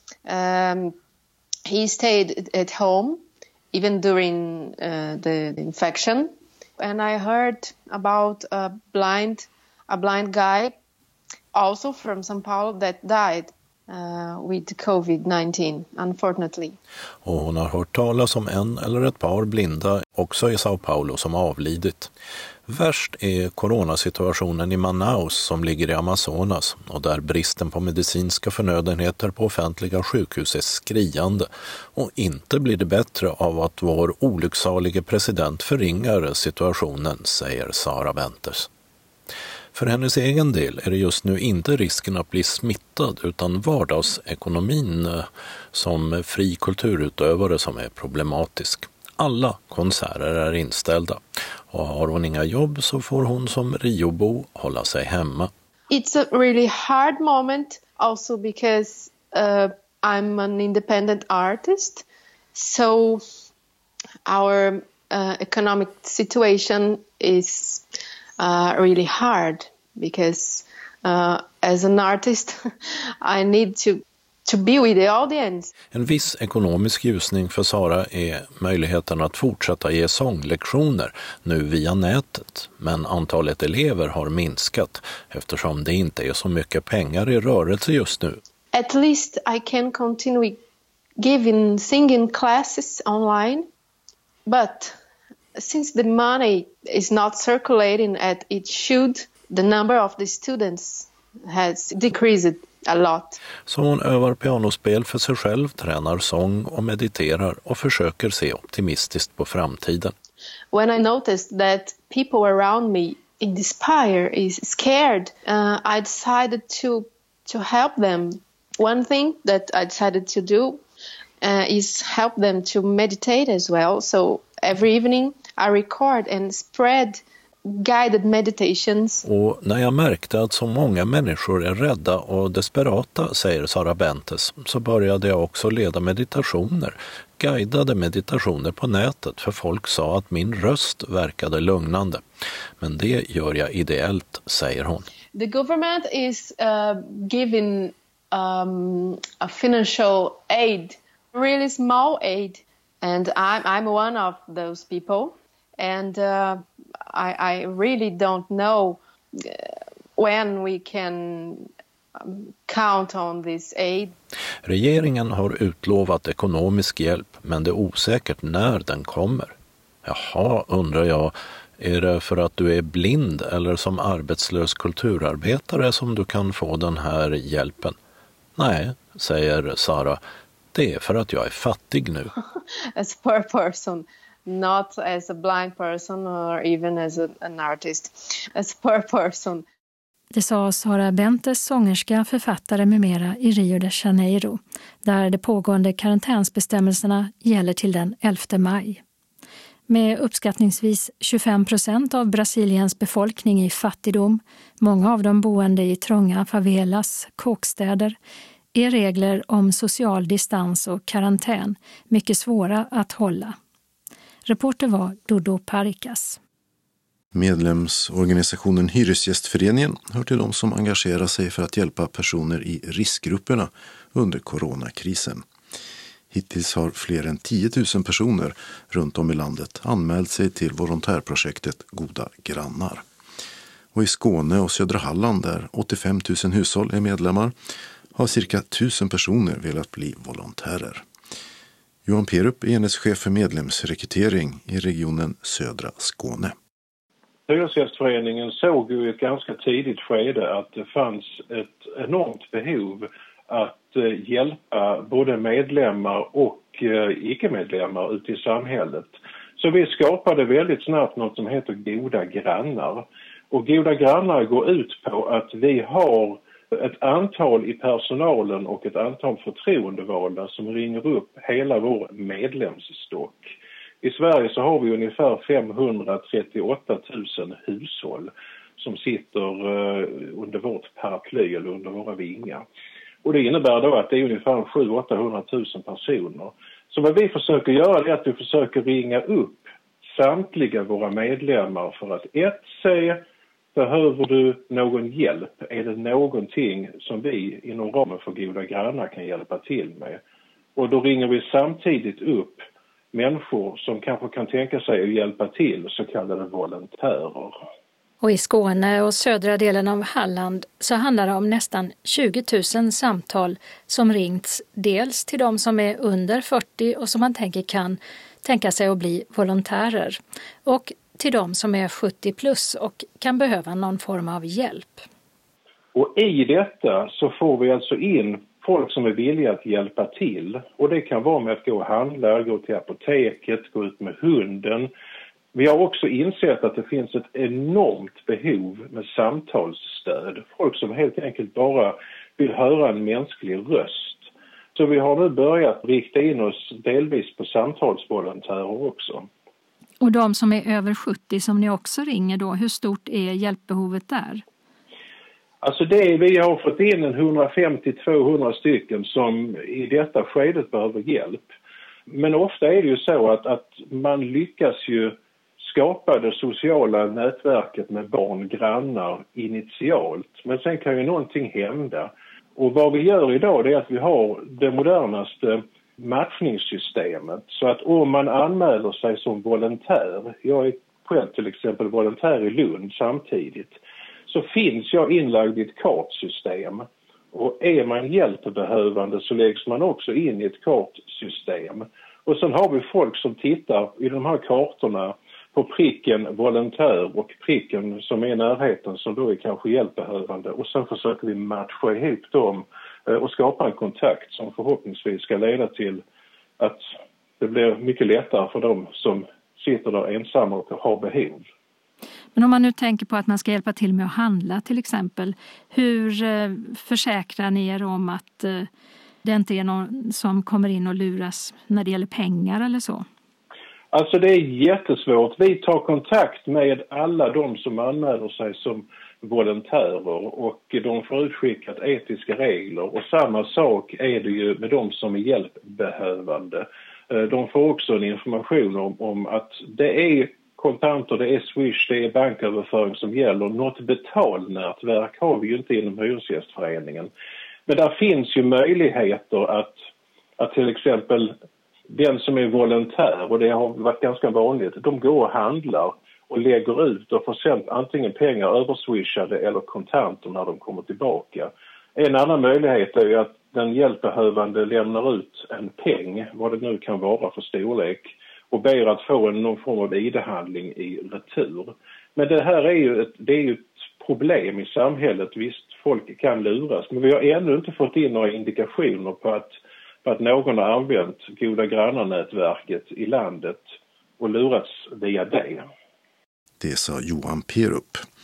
Um, he stayed at home even during uh, the infection. And I heard about a blind a blind guy, also from São Paulo, that died uh, with covid nitton, unfortunately. Och hon har hört talas om en eller ett par blinda också i Sao Paulo som avlidit. Värst är coronasituationen i Manaus som ligger i Amazonas och där bristen på medicinska förnödenheter på offentliga sjukhus är skriande. Och inte blir det bättre av att vår olycksalige president förringar situationen, säger Sara Bentes. För hennes egen del är det just nu inte risken att bli smittad utan vardagsekonomin som fri kulturutövare som är problematisk. Alla konserter är inställda och har hon inga jobb så får hon som Riobo hålla sig hemma. It's a really hard moment also because uh, I'm an independent artist. So our uh, economic situation is uh, really hard because uh, as an artist I need to To be with the audience. En viss ekonomisk ljusning för Sara är möjligheten att fortsätta ge sånglektioner nu via nätet. Men antalet elever har minskat eftersom det inte är så mycket pengar i rörelse just nu. At least I can continue giving singing classes online. But since the money is not circulating as it should, the number of the students has decreased a lot. Så hon övar pianospel för sig själv, tränar sång och mediterar och försöker se optimistiskt på framtiden. When I noticed that people around me in despair is scared, uh, I decided to to help them. One thing that I decided to do uh, is help them to meditate as well. So every evening I record and spread guided meditations. Och när jag märkte att så många människor är rädda och desperata, säger Sara Bentes, så började jag också leda meditationer, guidade meditationer på nätet, för folk sa att min röst verkade lugnande. Men det gör jag ideellt, säger hon. The government is uh, giving um, a financial aid, really small aid, and I'm, I'm one of those people. And uh, I, I really don't know when we can count on this aid. Regeringen har utlovat ekonomisk hjälp, men det är osäkert när den kommer. Jaha, undrar jag, är det för att du är blind eller som arbetslös kulturarbetare som du kan få den här hjälpen? Nej, säger Sara, det är för att jag är fattig nu. As a poor person. Not as a blind person or even as a, an artist, as a poor person. Det sa Sara Bentes, sångerska, författare med mera i Rio de Janeiro, där de pågående karantänsbestämmelserna gäller till den elfte maj. Med uppskattningsvis tjugofem procent av Brasiliens befolkning i fattigdom, många av dem boende i trånga favelas, kåkstäder, är regler om social distans och karantän mycket svåra att hålla. Reporter var Dodo Parikas. Medlemsorganisationen Hyresgästföreningen hör till de som engagerar sig för att hjälpa personer i riskgrupperna under coronakrisen. Hittills har fler än tio tusen personer runt om i landet anmält sig till volontärprojektet Goda grannar. Och i Skåne och södra Halland, där åttiofem tusen hushåll är medlemmar, har cirka tusen personer velat bli volontärer. Johan Perup är enhetschef för medlemsrekrytering i regionen södra Skåne. Hyresgästföreningen såg ju i ett ganska tidigt skede att det fanns ett enormt behov att hjälpa både medlemmar och icke-medlemmar ute i samhället. Så vi skapade väldigt snabbt något som heter Goda grannar. Och Goda grannar går ut på att vi har ett antal i personalen och ett antal förtroendevalda som ringer upp hela vår medlemsstock. I Sverige så har vi ungefär femhundratrettioåtta tusen hushåll som sitter under vårt paraply eller under våra vingar. Och det innebär då att det är ungefär sju till åttahundra tusen personer. Så vad vi försöker göra är att vi försöker ringa upp samtliga våra medlemmar för att ett, se, behöver du någon hjälp? Är det någonting som vi inom ramen för Goda grannar kan hjälpa till med? Och då ringer vi samtidigt upp människor som kanske kan tänka sig att hjälpa till, så kallade volontärer. Och i Skåne och södra delen av Halland så handlar det om nästan tjugo tusen samtal som ringts, dels till de som är under fyrtio och som man tänker kan tänka sig att bli volontärer, och till de som är sjuttio plus och kan behöva någon form av hjälp. Och i detta så får vi alltså in folk som är villiga att hjälpa till. Och det kan vara med att gå och handla, gå till apoteket, gå ut med hunden. Vi har också insett att det finns ett enormt behov med samtalsstöd. Folk som helt enkelt bara vill höra en mänsklig röst. Så vi har nu börjat rikta in oss delvis på samtalsvolontärer också. Och de som är över sjuttio som ni också ringer då, hur stort är hjälpbehovet där? Alltså det, vi har fått in en hundrafemtio till tvåhundra stycken som i detta skedet behöver hjälp. Men ofta är det ju så att, att man lyckas ju skapa det sociala nätverket med barn, grannar initialt. Men sen kan ju någonting hända. Och vad vi gör idag är att vi har det modernaste matchningssystemet. Så att om man anmäler sig som volontär, jag är själv till exempel volontär i Lund samtidigt, så finns jag inlagd i ett kartsystem. Och är man hjälpbehövande så läggs man också in i ett kartsystem. Och sen har vi folk som tittar i de här kartorna på pricken volontär och pricken som är i närheten som då är kanske hjälpbehövande. Och sen försöker vi matcha ihop dem och skapa en kontakt som förhoppningsvis ska leda till att det blir mycket lättare för dem som sitter där ensamma och har behov. Men om man nu tänker på att man ska hjälpa till med att handla till exempel, hur försäkrar ni er om att det inte är någon som kommer in och luras när det gäller pengar eller så? Alltså det är jättesvårt. Vi tar kontakt med alla de som anmäler sig som volontärer och de får utskickat etiska regler. Och samma sak är det ju med de som är hjälpbehövande. De får också en information om, om att det är kontanter, det är Swish, det är banköverföring som gäller. Något betalnätverk har vi ju inte inom Hyresgästföreningen. Men där finns ju möjligheter att, att till exempel den som är volontär, och det har varit ganska vanligt, de går och handlar och lägger ut och får sen antingen pengar överswishade eller kontanter när de kommer tillbaka. En annan möjlighet är ju att den hjälpbehövande lämnar ut en peng, vad det nu kan vara för storlek, och ber att få en, någon form av id-handling i retur. Men det här är ju ett, det är ju ett problem i samhället. Visst, folk kan luras, men vi har ännu inte fått in några indikationer på att, på att någon har använt Goda grannarnätverket i landet och lurats via det. Det sa Johan Perup.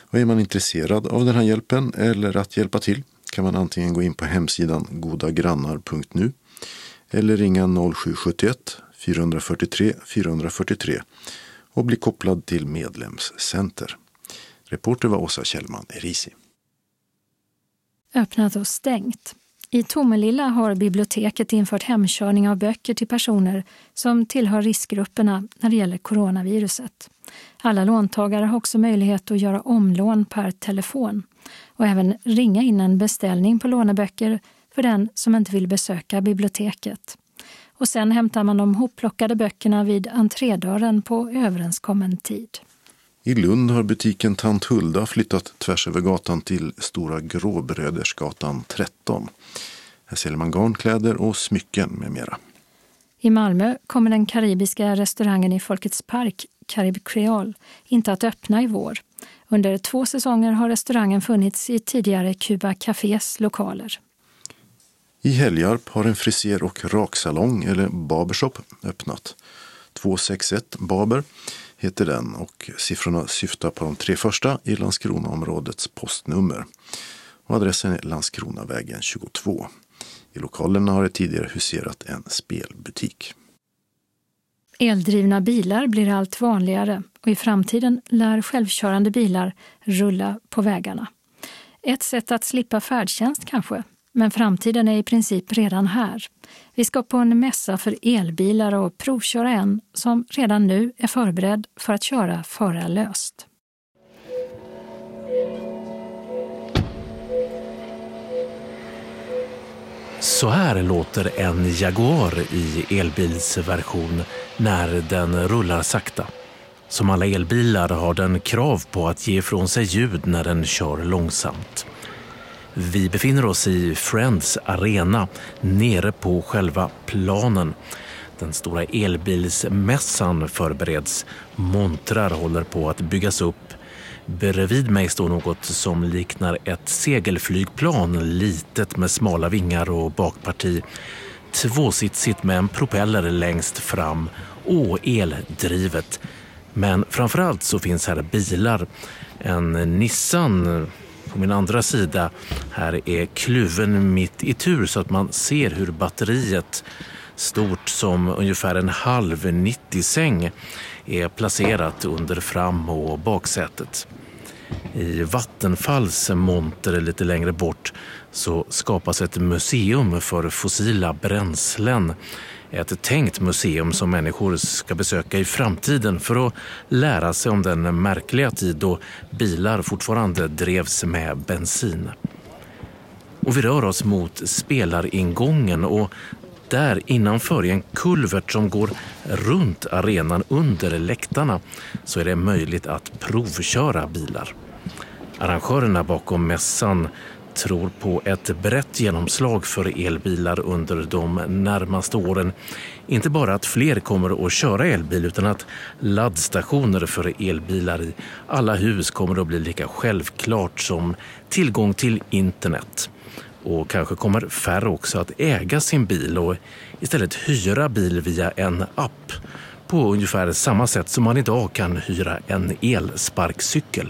Och är man intresserad av den här hjälpen eller att hjälpa till kan man antingen gå in på hemsidan godagrannar punkt nu eller ringa noll sju sju ett fyra fyra tre fyra fyra tre och bli kopplad till medlemscenter. Reporter var Åsa Kjellman Erisi. Öppnat och stängt. I Tomelilla har biblioteket infört hemkörning av böcker till personer som tillhör riskgrupperna när det gäller coronaviruset. Alla låntagare har också möjlighet att göra omlån per telefon och även ringa in en beställning på låneböcker för den som inte vill besöka biblioteket. Och sen hämtar man de hopplockade böckerna vid entrédörren på överenskommen tid. I Lund har butiken Tant Hulda flyttat tvärs över gatan till Stora Gråbrödersgatan tretton. Här säljer man garnkläder och smycken med mera. I Malmö kommer den karibiska restaurangen i Folkets park, Carib Creole, inte att öppna i vår. Under två säsonger har restaurangen funnits i tidigare Cuba Cafés lokaler. I Helgarp har en friser- och raksalong eller barbershop öppnat. två sex ett Barber heter den och siffrorna syftar på de tre första i Landskrona-områdets postnummer. Och adressen är Landskronavägen tjugotvå. I lokalerna har det tidigare huserat en spelbutik. Eldrivna bilar blir allt vanligare och i framtiden lär självkörande bilar rulla på vägarna. Ett sätt att slippa färdtjänst kanske, men framtiden är i princip redan här. Vi ska på en mässa för elbilar och provköra en som redan nu är förberedd för att köra förarlöst. Så här låter en Jaguar i elbilsversion när den rullar sakta. Som alla elbilar har den krav på att ge ifrån sig ljud när den kör långsamt. Vi befinner oss i Friends Arena nere på själva planen. Den stora elbilsmässan förbereds. Montrar håller på att byggas upp. Bredvid mig står något som liknar ett segelflygplan, litet med smala vingar och bakparti. Tvåsitsigt med en propeller längst fram och eldrivet. Men framförallt så finns här bilar. En Nissan på min andra sida. Här är kluven mitt i tur så att man ser hur batteriet, stort som ungefär en halv nittio-säng, är placerat under fram- och baksätet. I Vattenfalls monter lite längre bort så skapas ett museum för fossila bränslen. Ett tänkt museum som människor ska besöka i framtiden för att lära sig om den märkliga tid då bilar fortfarande drevs med bensin. Och vi rör oss mot spelaringången och där innanför i en kulvert som går runt arenan under läktarna så är det möjligt att provköra bilar. Arrangörerna bakom mässan tror på ett brett genomslag för elbilar under de närmaste åren. Inte bara att fler kommer att köra elbil utan att laddstationer för elbilar i alla hus kommer att bli lika självklart som tillgång till internet. Och kanske kommer färre också att äga sin bil och istället hyra bil via en app på ungefär samma sätt som man idag kan hyra en elsparkcykel.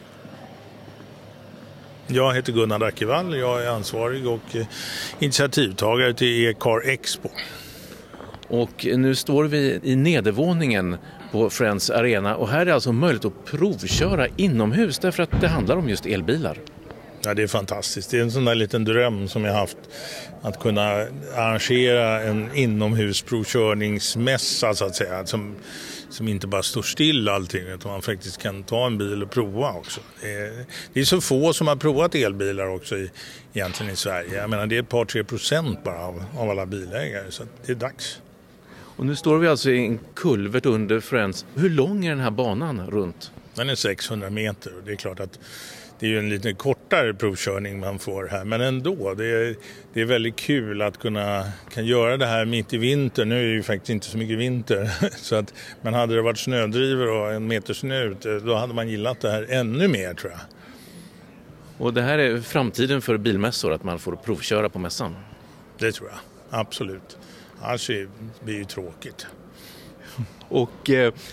Jag heter Gunnar Dackevall, jag är ansvarig och initiativtagare till E-car Expo. Och nu står vi i nedervåningen på Friends Arena och här är alltså möjligt att provköra inomhus därför att det handlar om just elbilar. Ja, det är fantastiskt. Det är en sån där liten dröm som jag haft att kunna arrangera en inomhusprovkörningsmässa så att säga som, som inte bara står still allting utan man faktiskt kan ta en bil och prova också. Det är, det är så få som har provat elbilar också i, egentligen i Sverige. Jag menar det är ett par tre procent bara av, av alla bilägare så det är dags. Och nu står vi alltså i en kulvert under Friends. Hur lång är den här banan runt? Den är sexhundra meter och det är klart att det är ju en lite kortare provkörning man får här, men ändå, det är, det är väldigt kul att kunna kan göra det här mitt i vinter. Nu är det ju faktiskt inte så mycket vinter, så att, men hade det varit snödrivor och en meter snö ute, då hade man gillat det här ännu mer tror jag. Och det här är framtiden för bilmässor, att man får provköra på mässan? Det tror jag, absolut. Annars blir det ju tråkigt. Och... Eh...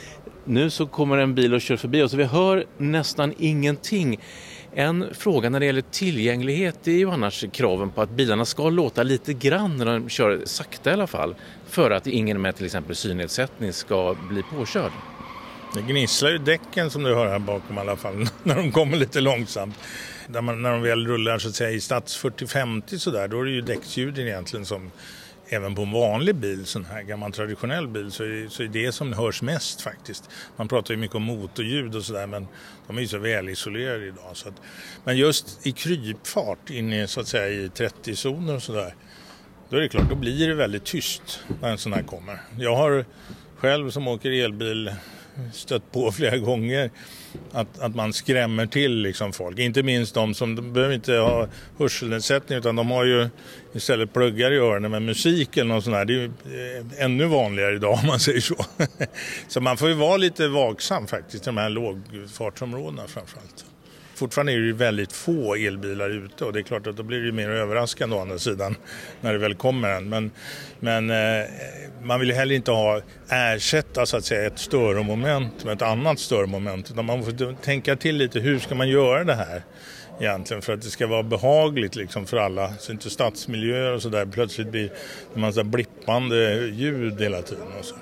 Nu så kommer en bil och kör förbi oss, så vi hör nästan ingenting. En fråga när det gäller tillgänglighet, det är ju annars kraven på att bilarna ska låta lite grann när de kör sakta i alla fall, för att ingen med till exempel synnedsättning ska bli påkörd. Det gnisslar ju däcken som du hör här bakom i alla fall när de kommer lite långsamt. När, man, när de väl rullar så att säga i stads fyrtio femtio så där, då är det ju däcksljuden egentligen som även på en vanlig bil, sån här gammal traditionell bil, så är, så är det som hörs mest faktiskt. Man pratar ju mycket om motorljud och sådär, men de är ju så väl isolerade idag. Så att, men just i krypfart inne så att säga i trettio-zoner och sådär, då är det klart, då blir det väldigt tyst när en sån här kommer. Jag har själv som åker elbil stött på flera gånger att, att man skrämmer till liksom folk. Inte minst de som de behöver inte ha hörselnedsättning, utan de har ju istället pluggar i öronen med musik eller något sånt där. Det är ju ännu vanligare idag om man säger så. Så man får ju vara lite vaksam faktiskt i de här lågfartsområdena framförallt. Fortfarande är det ju väldigt få elbilar ute, och det är klart att då blir det mer överraskande å andra sidan när det väl kommer en. Men, men eh, man vill ju heller inte ha ersätta så att säga ett störmoment med ett annat störmoment, utan man får tänka till lite, hur ska man göra det här egentligen för att det ska vara behagligt liksom för alla, så inte stadsmiljöer och sådär plötsligt blir en massa blippande ljud hela tiden och så.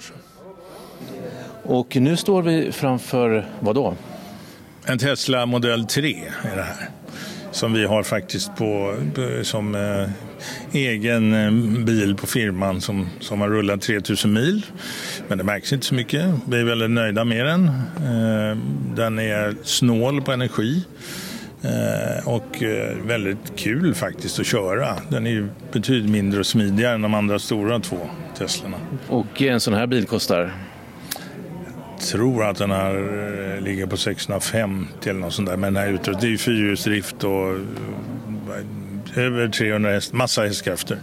Och nu står vi framför vad då? En Tesla Model tre är det här, som vi har faktiskt på, som eh, egen eh, bil på firman som, som har rullat tre tusen mil. Men det märks inte så mycket. Vi är väldigt nöjda med den. Eh, den är snål på energi eh, och eh, väldigt kul faktiskt att köra. Den är ju betydligt mindre och smidigare än de andra stora två Teslorna. Och en sån här bil kostar? Tror att den här ligger på sexhundrafemtio eller något sånt där, men den här utrustningen, det är ju fyrhjulsdrift och över trehundra häst, massa hästkrafter.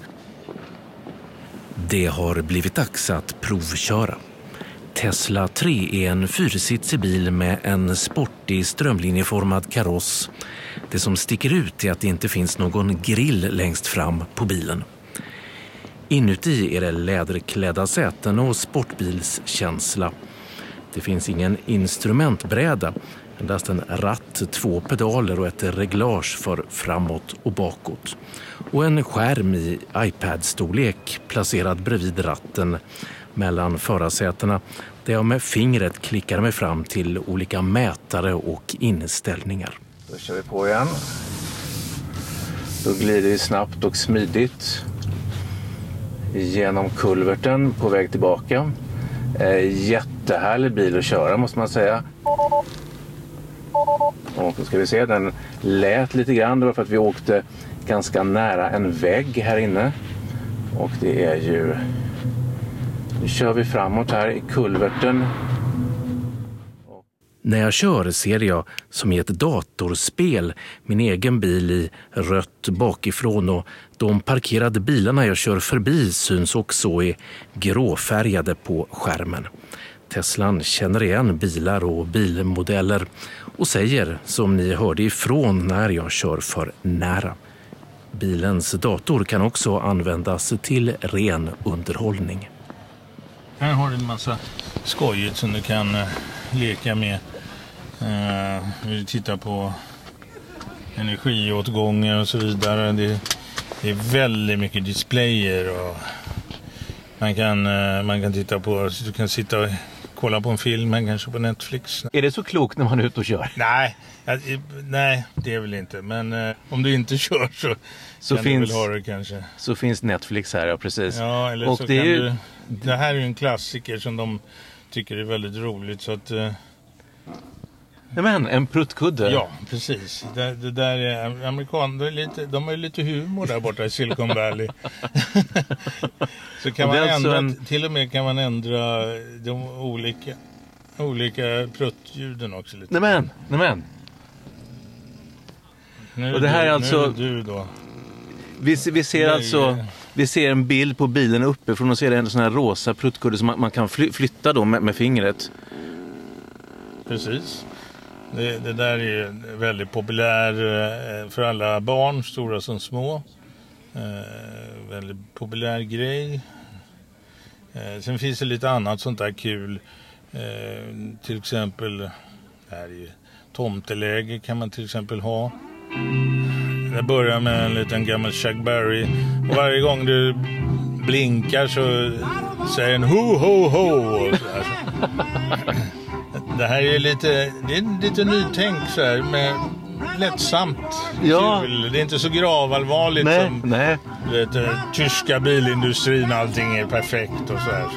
Det har blivit dags att provköra. Tesla tre är en fyrsitsig bil med en sportig strömlinjeformad kaross. Det som sticker ut är att det inte finns någon grill längst fram på bilen. Inuti är det läderklädda säten och sportbilskänsla. Det finns ingen instrumentbräda, endast en ratt, två pedaler och ett reglage för framåt och bakåt. Och en skärm i iPad-storlek placerad bredvid ratten mellan förarsätena, där jag med fingret klickar mig fram till olika mätare och inställningar. Då kör vi på igen. Då glider vi snabbt och smidigt genom kulverten på väg tillbaka. Jättehärlig bil att köra måste man säga. Och då ska vi se, den lät lite grann. Det var för att vi åkte ganska nära en vägg här inne. Och det är ju... Nu kör vi framåt här i kulverten. När jag kör ser jag som i ett datorspel min egen bil i rött bakifrån, och de parkerade bilarna jag kör förbi syns också i gråfärgade på skärmen. Teslan känner igen bilar och bilmodeller och säger, som ni hörde ifrån när jag kör för nära. Bilens dator kan också användas till ren underhållning. Här har du en massa skojigt som du kan uh, leka med. Uh, vi tittar på energiåtgångar och så vidare. Det, det är väldigt mycket displayer och man kan, uh, man kan titta på, du kan sitta och kolla på en film kanske på Netflix. Är det så klokt när man är ute och kör? Nej, jag, nej det är väl inte. Men uh, om du inte kör så, så kan finns, du väl ha det kanske. Så finns Netflix här, ja precis. Ja, eller och så det kan ju... du... Det här är ju en klassiker som de tycker är väldigt roligt, så att... Uh... Men en pruttkudde. Ja, precis. Det, det där är amerikaner, lite, de har ju lite humor där borta i Silicon Valley. Så kan man ändra, en... till och med kan man ändra de olika, olika pruttljuden också lite. Nämen, nämen. Nu och det här du, är alltså... Nu är du då. Vi, vi ser Nej. alltså... Vi ser en bild på bilen uppifrån och ser en sån här rosa pruttkudde som man, man kan fly, flytta då med, med fingret. Precis. Det, det där är väldigt populär för alla barn, stora som små. Eh, väldigt populär grej. Eh, sen finns det lite annat sånt där kul. Eh, till exempel här i tomteläge kan man till exempel ha. Det börjar med en liten gammal Chuck Berry. Och varje gång du blinkar så säger en ho ho ho. Och så här. Det här är lite, det är lite nytänk så här med lättsamt ja. kul. Det är inte så gravallvarligt nej, som nej. Vet, tyska bilindustrin. Allting är perfekt och så här. Så.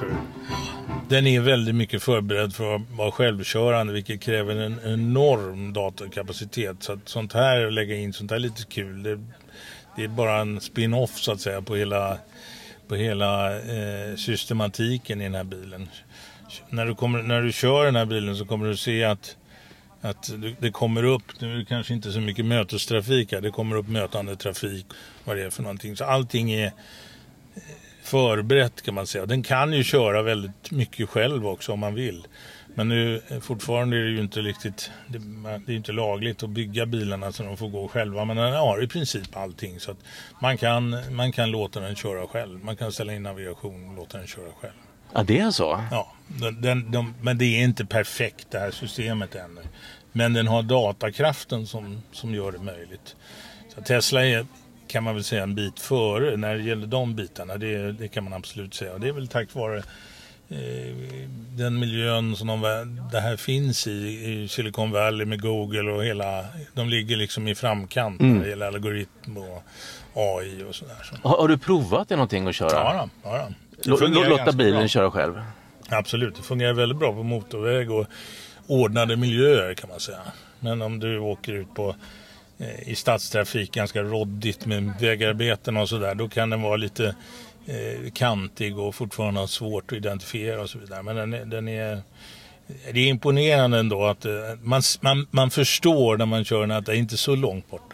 Den är väldigt mycket förberedd för att vara självkörande, vilket kräver en enorm datorkapacitet. Så att sånt här, lägga in sånt här lite kul, det, det är bara en spin-off så att säga på hela, på hela eh, systematiken i den här bilen. När du, kommer, när du kör den här bilen så kommer du se att, att det kommer upp, nu är det kanske inte så mycket mötestrafik här, det kommer upp mötande trafik, vad det är för någonting. Så allting är förberett kan man säga. Den kan ju köra väldigt mycket själv också om man vill. Men nu fortfarande är det ju inte riktigt, det, det är inte lagligt att bygga bilarna så de får gå själva. Men den har i princip allting så att man kan, man kan låta den köra själv. Man kan ställa in navigation och låta den köra själv. Ja, det är så? Ja, den, den, de, men det är inte perfekt det här systemet ännu. Men den har datakraften som, som gör det möjligt. Så Tesla är, kan man väl säga, en bit före när det gäller de bitarna. Det, det kan man absolut säga. Och det är väl tack vare eh, den miljön som de, det här finns i, i Silicon Valley med Google och hela, de ligger liksom i framkant mm. när det gäller algoritm och A I och sådär. Så. Har, har du provat det någonting att köra? Ja, då, ja då. L- låta bilen bra. Köra själv? Absolut, det fungerar väldigt bra på motorväg och ordnade miljöer kan man säga. Men om du åker ut på i stadstrafik ganska roddigt med vägarbeten och sådär, då kan den vara lite eh, kantig och fortfarande ha svårt att identifiera och så vidare. Men den, den är, det är imponerande ändå att eh, man, man, man förstår när man kör den att det är inte så långt borta.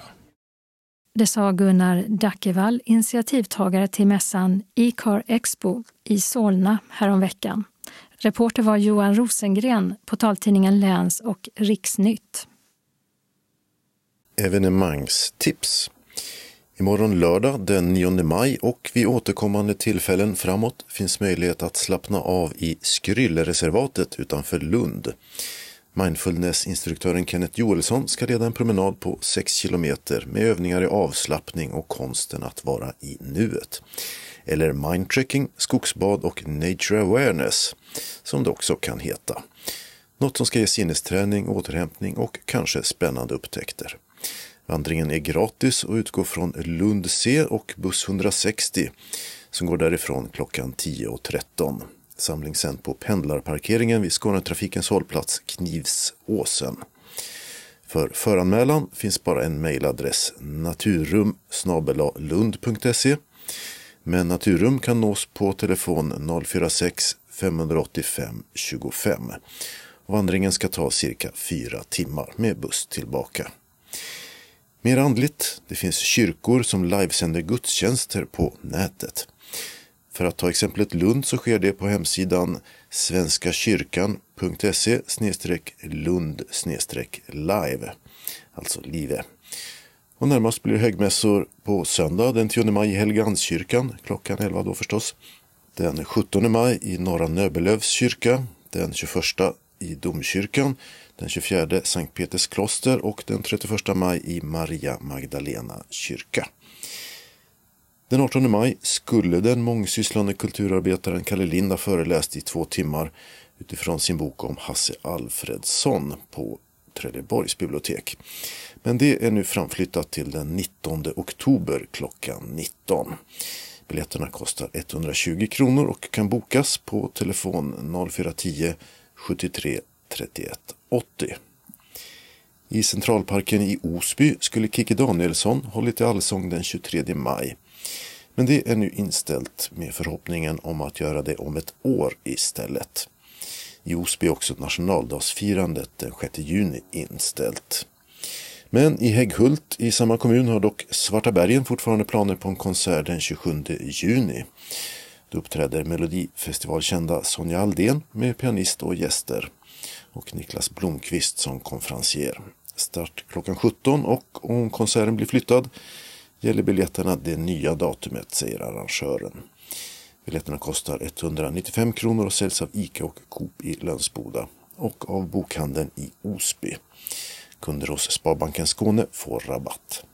Det sa Gunnar Dackevall, initiativtagare till mässan e-car Expo i Solna häromveckan. Reporter var Johan Rosengren på taltidningen Läns och Riksnytt. Evenemangstips. Imorgon lördag den nionde maj och vid återkommande tillfällen framåt finns möjlighet att slappna av i Skryllreservatet utanför Lund. Mindfulness-instruktören Kenneth Joelsson ska leda en promenad på sex kilometer med övningar i avslappning och konsten att vara i nuet. Eller mindtrekking, skogsbad och nature awareness, som det också kan heta. Något som ska ge sinnesträning, återhämtning och kanske spännande upptäckter. Vandringen är gratis och utgår från Lund C och buss hundrasextio som går därifrån klockan tio och tretton. Samling sen på pendlarparkeringen vid Skånetrafikens hållplats Knivsåsen. För föranmälan finns bara en mejladress naturrum snabel-a lund punkt se. Men Naturrum kan nås på telefon noll fyra sex fem åtta fem två fem. Vandringen ska ta cirka fyra timmar med buss tillbaka. Mer andligt, det finns kyrkor som livesänder gudstjänster på nätet. För att ta exemplet Lund så sker det på hemsidan svenskakyrkan punkt se lund live, alltså live. Och närmast blir högmässor på söndag den tionde maj i Helgandskyrkan, klockan elva då förstås. Den sjuttonde maj i Norra Nöbelövs kyrka, den tjugoförsta i Domkyrkan, den tjugofjärde Sankt Peters kloster och den trettioförsta maj i Maria Magdalena kyrka. Den artonde maj skulle den mångsysslande kulturarbetaren Kalle Lind ha föreläst i två timmar utifrån sin bok om Hasse Alfredsson på Trelleborgs bibliotek. Men det är nu framflyttat till den nittonde oktober klockan nitton. Biljetterna kostar etthundratjugo kronor och kan bokas på telefon noll fyra ett noll sjuttiotre trettioett åttio. I Centralparken i Osby skulle Kikki Danielsson hållit i allsång den tjugotredje maj. Men det är nu inställt med förhoppningen om att göra det om ett år istället. I Osby är också nationaldagsfirandet den sjätte juni inställt. Men i Hägghult i samma kommun har dock Svarta Bergen fortfarande planer på en konsert den tjugosjunde juni. Då uppträder Melodifestivalkända Sonja Aldén med pianist och gäster och Niklas Blomqvist som konferencier. Start klockan sjutton och om konserten blir flyttad gäller biljetterna det nya datumet, säger arrangören. Biljetterna kostar etthundranittiofem kronor och säljs av ICA och Coop i Lönsboda och av bokhandeln i Osby. Kunder hos Sparbanken Skåne får rabatt.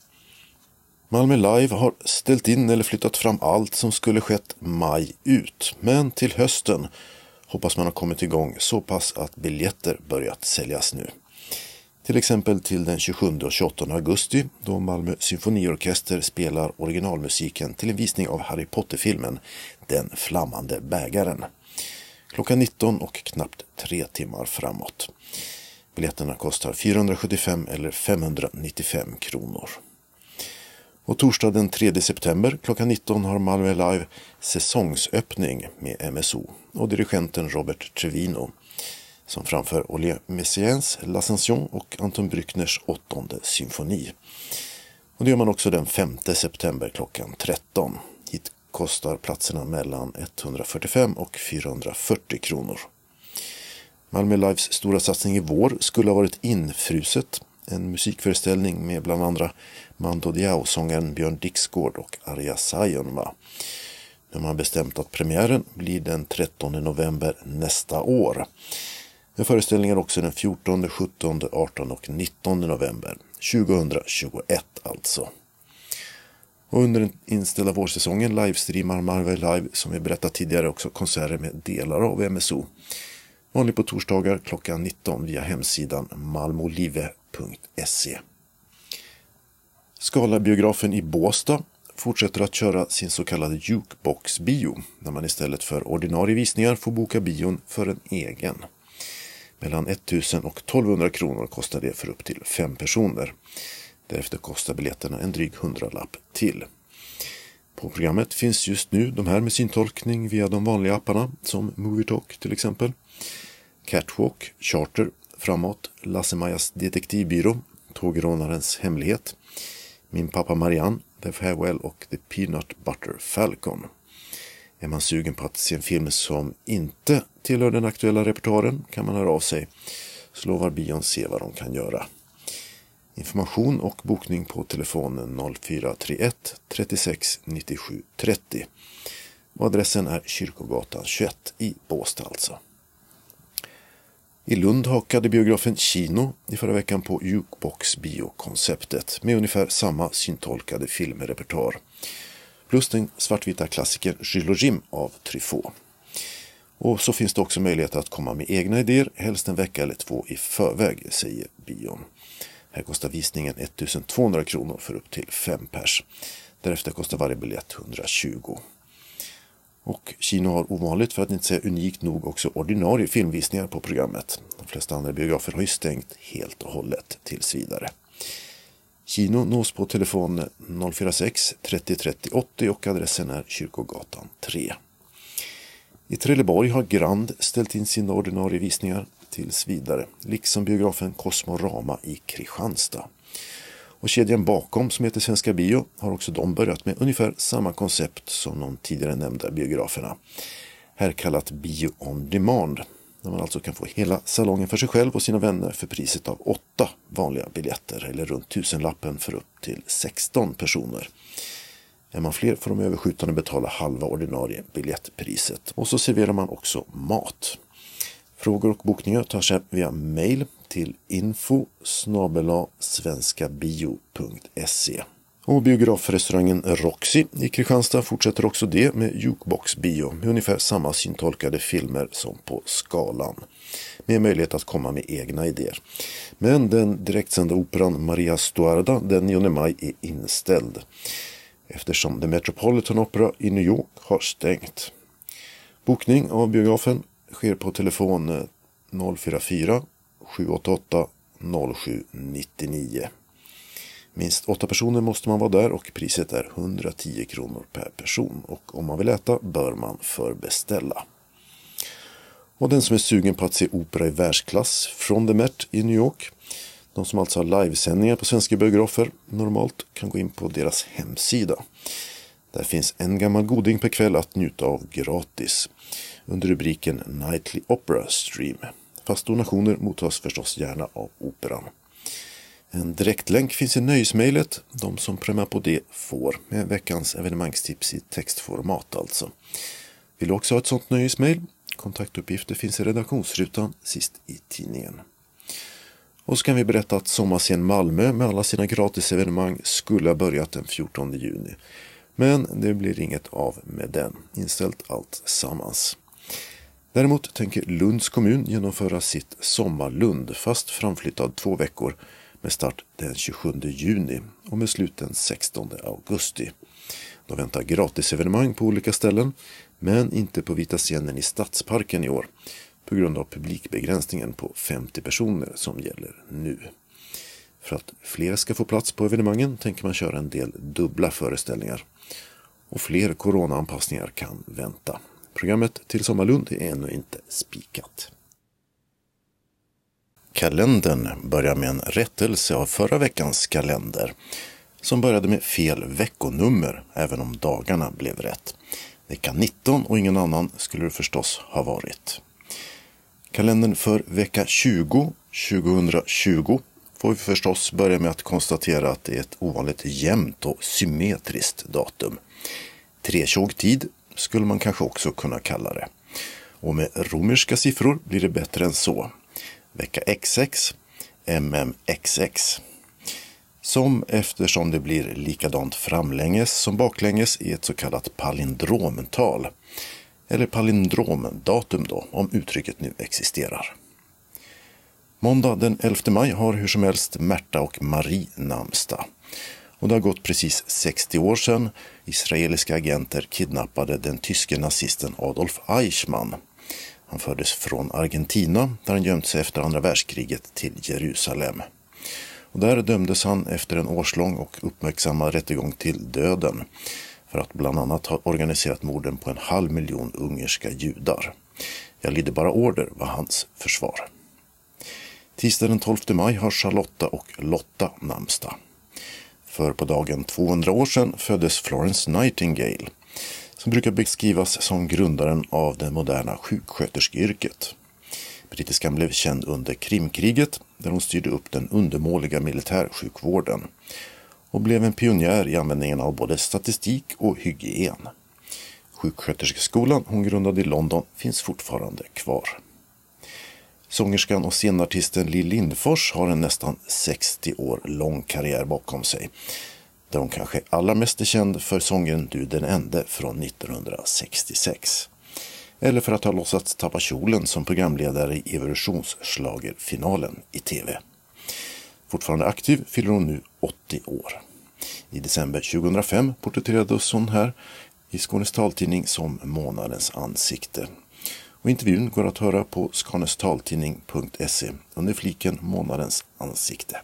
Malmö Live har ställt in eller flyttat fram allt som skulle skett maj ut. Men till hösten hoppas man ha kommit igång så pass att biljetter börjat säljas nu. Till exempel till den tjugosjunde och tjugoåttonde augusti då Malmö Symfoniorkester spelar originalmusiken till en visning av Harry Potter-filmen Den flammande bägaren. Klockan nitton och knappt tre timmar framåt. Biljetterna kostar fyrahundrasjuttiofem eller femhundranittiofem kronor. Och torsdag den tredje september klockan nitton har Malmö Live säsongsöppning med M S O och dirigenten Robert Trevino som framför Olivier Messiaens L'Ascension och Anton Brückners åttonde symfoni. Och det gör man också den femte september klockan tretton. Hit kostar platserna mellan etthundrafyrtiofem och fyrahundrafyrtio kronor. Malmö Lives stora satsning i vår skulle ha varit Infruset, en musikföreställning med bland andra Mando Diao-sångaren Björn Dixgård och Arja Saijonmaa. Nu har man bestämt att premiären blir den trettonde november nästa år. Med föreställningar också den fjortonde, sjuttonde, artonde och nittonde november tjugohundratjugoett alltså. Och under den inställda vårsäsongen livestreamar Malmö Live som vi berättat tidigare också konserter med delar av M S O. Vanligt på torsdagar klockan nitton via hemsidan malmolive punkt se. Skala-biografen i Båstad fortsätter att köra sin så kallade jukebox-bio där man istället för ordinarie visningar får boka bion för en egen. Mellan tusen och tolvhundra kronor kostar det för upp till fem personer. Därefter kostar biljetterna en dryg hundralapp till. På programmet finns just nu de här med syntolkning via de vanliga apparna som Movietalk till exempel. Catwalk, Charter, Framåt, Lasse-Majas detektivbyrå, Tågrånarens hemlighet, Min pappa Marianne, The Farewell och The Peanut Butter Falcon. Är man sugen på att se en film som inte tillhör den aktuella repertoaren kan man höra av sig, så lovar bion se vad de kan göra. Information och bokning på telefonen noll fyra tre ett trettiosex nittiosju trettio. Och adressen är Kyrkogatan tjugoett i Båstad alltså. I Lund hakade biografen Kino i förra veckan på jukebox-biokonceptet med ungefär samma syntolkade filmrepertoar. Plus den svartvita klassikern Jules och Jim av Truffaut. Och så finns det också möjlighet att komma med egna idéer, helst en vecka eller två i förväg, säger bion. Här kostar visningen ettusentvåhundra kronor för upp till fem pers. Därefter kostar varje biljett hundratjugo. Och Kino har ovanligt, för att inte säga unikt nog, också ordinarie filmvisningar på programmet. De flesta andra biografer har ju stängt helt och hållet tills vidare. Kino nås på telefon noll fyra sex trettio trettio åttio och adressen är Kyrkogatan tre. I Trelleborg har Grand ställt in sina ordinarie visningar tills vidare, liksom biografen Kosmorama i Kristianstad. Och kedjan bakom, som heter Svenska Bio, har också de börjat med ungefär samma koncept som de tidigare nämnda biograferna. Här kallat Bio on Demand, där man alltså kan få hela salongen för sig själv och sina vänner för priset av åtta vanliga biljetter, eller runt tusenlappen för upp till sexton personer. Är man fler får de överskjutande betala halva ordinarie biljettpriset. Och så serverar man också mat. Frågor och bokningar tar sig via mail till info snabel-a svenskabio punkt se. Och biografrestaurangen Roxy i Kristianstad fortsätter också det med jukebox-bio med ungefär samma syntolkade filmer som på Skalan. Med möjlighet att komma med egna idéer. Men den direktsända operan Maria Stuarda den nionde maj är inställd, eftersom The Metropolitan Opera i New York har stängt. Bokning av biografen sker på telefon noll fyra fyra sju åtta åtta noll sju nio nio. Minst åtta personer måste man vara där och priset är hundratio kronor per person. Och om man vill äta bör man förbeställa. Och den som är sugen på att se opera i världsklass från The Met i New York, de som alltså har livesändningar på svenska biografer normalt, kan gå in på deras hemsida. Där finns en gammal goding per kväll att njuta av gratis under rubriken Nightly Opera Stream. Fast donationer mottas förstås gärna av operan. En direktlänk finns i nöjesmejlet. De som prömmar på det får, med veckans evenemangstips i textformat alltså. Vill du också ha ett sånt nöjesmejl? Kontaktuppgifter finns i redaktionsrutan sist i tidningen. Och så kan vi berätta att Sommarscen Malmö med alla sina gratis evenemang skulle ha börjat den fjortonde juni. Men det blir inget av med den. Inställt allt sammans. Däremot tänker Lunds kommun genomföra sitt Sommarlund fast framflyttad två veckor med start den tjugosjunde juni och med slut den sextonde augusti. Då väntar gratis evenemang på olika ställen, men inte på Vita scenen i Stadsparken i år på grund av publikbegränsningen på femtio personer som gäller nu. För att fler ska få plats på evenemangen tänker man köra en del dubbla föreställningar. Och fler coronaanpassningar kan vänta. Programmet till Sommarlund är ännu inte spikat. Kalendern börjar med en rättelse av förra veckans kalender som började med fel veckonummer även om dagarna blev rätt. Vecka nitton och ingen annan skulle det förstås ha varit. Kalendern för vecka tjugo tjugohundratjugo får vi förstås börja med att konstatera att det är ett ovanligt jämnt och symmetriskt datum. Tretjogtid skulle man kanske också kunna kalla det. Och med romerska siffror blir det bättre än så. Vecka X X, M M X X. Som eftersom det blir likadant framlänges som baklänges i ett så kallat palindromtal. Eller palindromdatum då, om uttrycket nu existerar. Måndag den elfte maj har hur som helst Märta och Marie namnsdag. Och det har gått precis sextio år sedan israeliska agenter kidnappade den tyske nazisten Adolf Eichmann. Han fördes från Argentina där han gömt sig efter andra världskriget till Jerusalem. Och där dömdes han efter en årslång och uppmärksammad rättegång till döden för att bland annat ha organiserat morden på en halv miljon ungerska judar. Jag lydde bara order var hans försvar. Tisdag den tolfte maj har Charlotta och Lotta namnsdag. För på dagen tvåhundra år sedan föddes Florence Nightingale, som brukar beskrivas som grundaren av det moderna sjuksköterskeyrket. Brittiskan blev känd under Krimkriget där hon styrde upp den undermåliga militärsjukvården och blev en pionjär i användningen av både statistik och hygien. Sjuksköterskeskolan hon grundade i London finns fortfarande kvar. Sångerskan och scenartisten Lill Lindfors har en nästan sextio år lång karriär bakom sig. Där hon kanske allra mest är känd för sången Du den ende från nittonhundrasextiosex. Eller för att ha låtsats tappa kjolen som programledare i Eurovisionsschlagerfinalen i tv. Fortfarande aktiv fyller hon nu åttio år. I december tjugohundrafem porträtterades hon här i Skånes taltidning som månadens ansikte. Och intervjun går att höra på skanestaltidning punkt se under fliken månadens ansikte.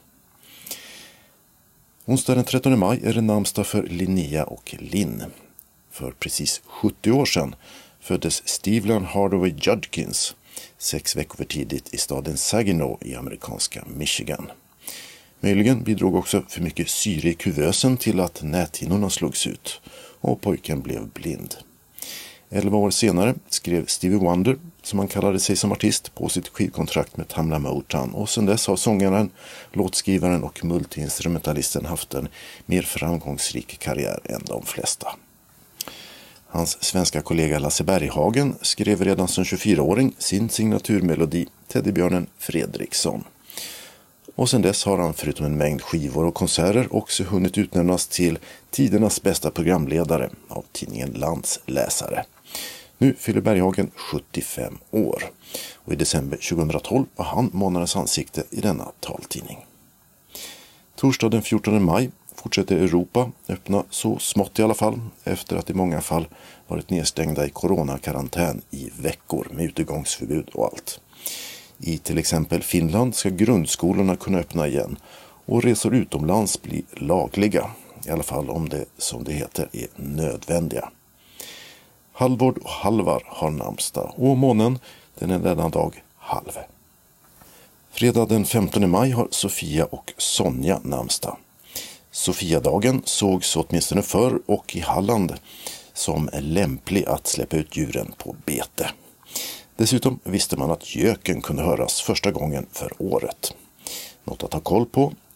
Onsdag den trettonde maj är det namnsdag för Linnea och Linn. För precis sjuttio år sedan föddes Stevland Hardaway Judkins sex veckor för tidigt i staden Saginaw i amerikanska Michigan. Möjligen bidrog också för mycket syre i kuvösen till att näthinnorna slogs ut och pojken blev blind. Elva år senare skrev Stevie Wonder, som han kallade sig som artist, på sitt skivkontrakt med Tamla Motown och sedan dess har sångaren, låtskrivaren och multiinstrumentalisten haft en mer framgångsrik karriär än de flesta. Hans svenska kollega Lasse Berghagen skrev redan som tjugofyraåring sin signaturmelodi Teddybjörnen Fredriksson. Och sedan dess har han förutom en mängd skivor och konserter också hunnit utnämnas till tidernas bästa programledare av tidningen Landsläsare. Nu fyller Berghagen sjuttiofem år och i december tjugohundratolv var han månadens ansikte i denna taltidning. Torsdag den fjortonde maj fortsätter Europa öppna så smått i alla fall efter att i många fall varit nedstängda i coronakarantän i veckor med utegångsförbud och allt. I till exempel Finland ska grundskolorna kunna öppna igen och resor utomlands bli lagliga, i alla fall om det som det heter är nödvändiga. Halvard och Halvar har namnsdag och månen den är denna dag halv. Fredag den femtonde maj har Sofia och Sonja namnsdag. Sofiadagen sågs åtminstone förr och i Halland som lämplig att släppa ut djuren på bete. Dessutom visste man att göken kunde höras första gången för året. Något att ha koll på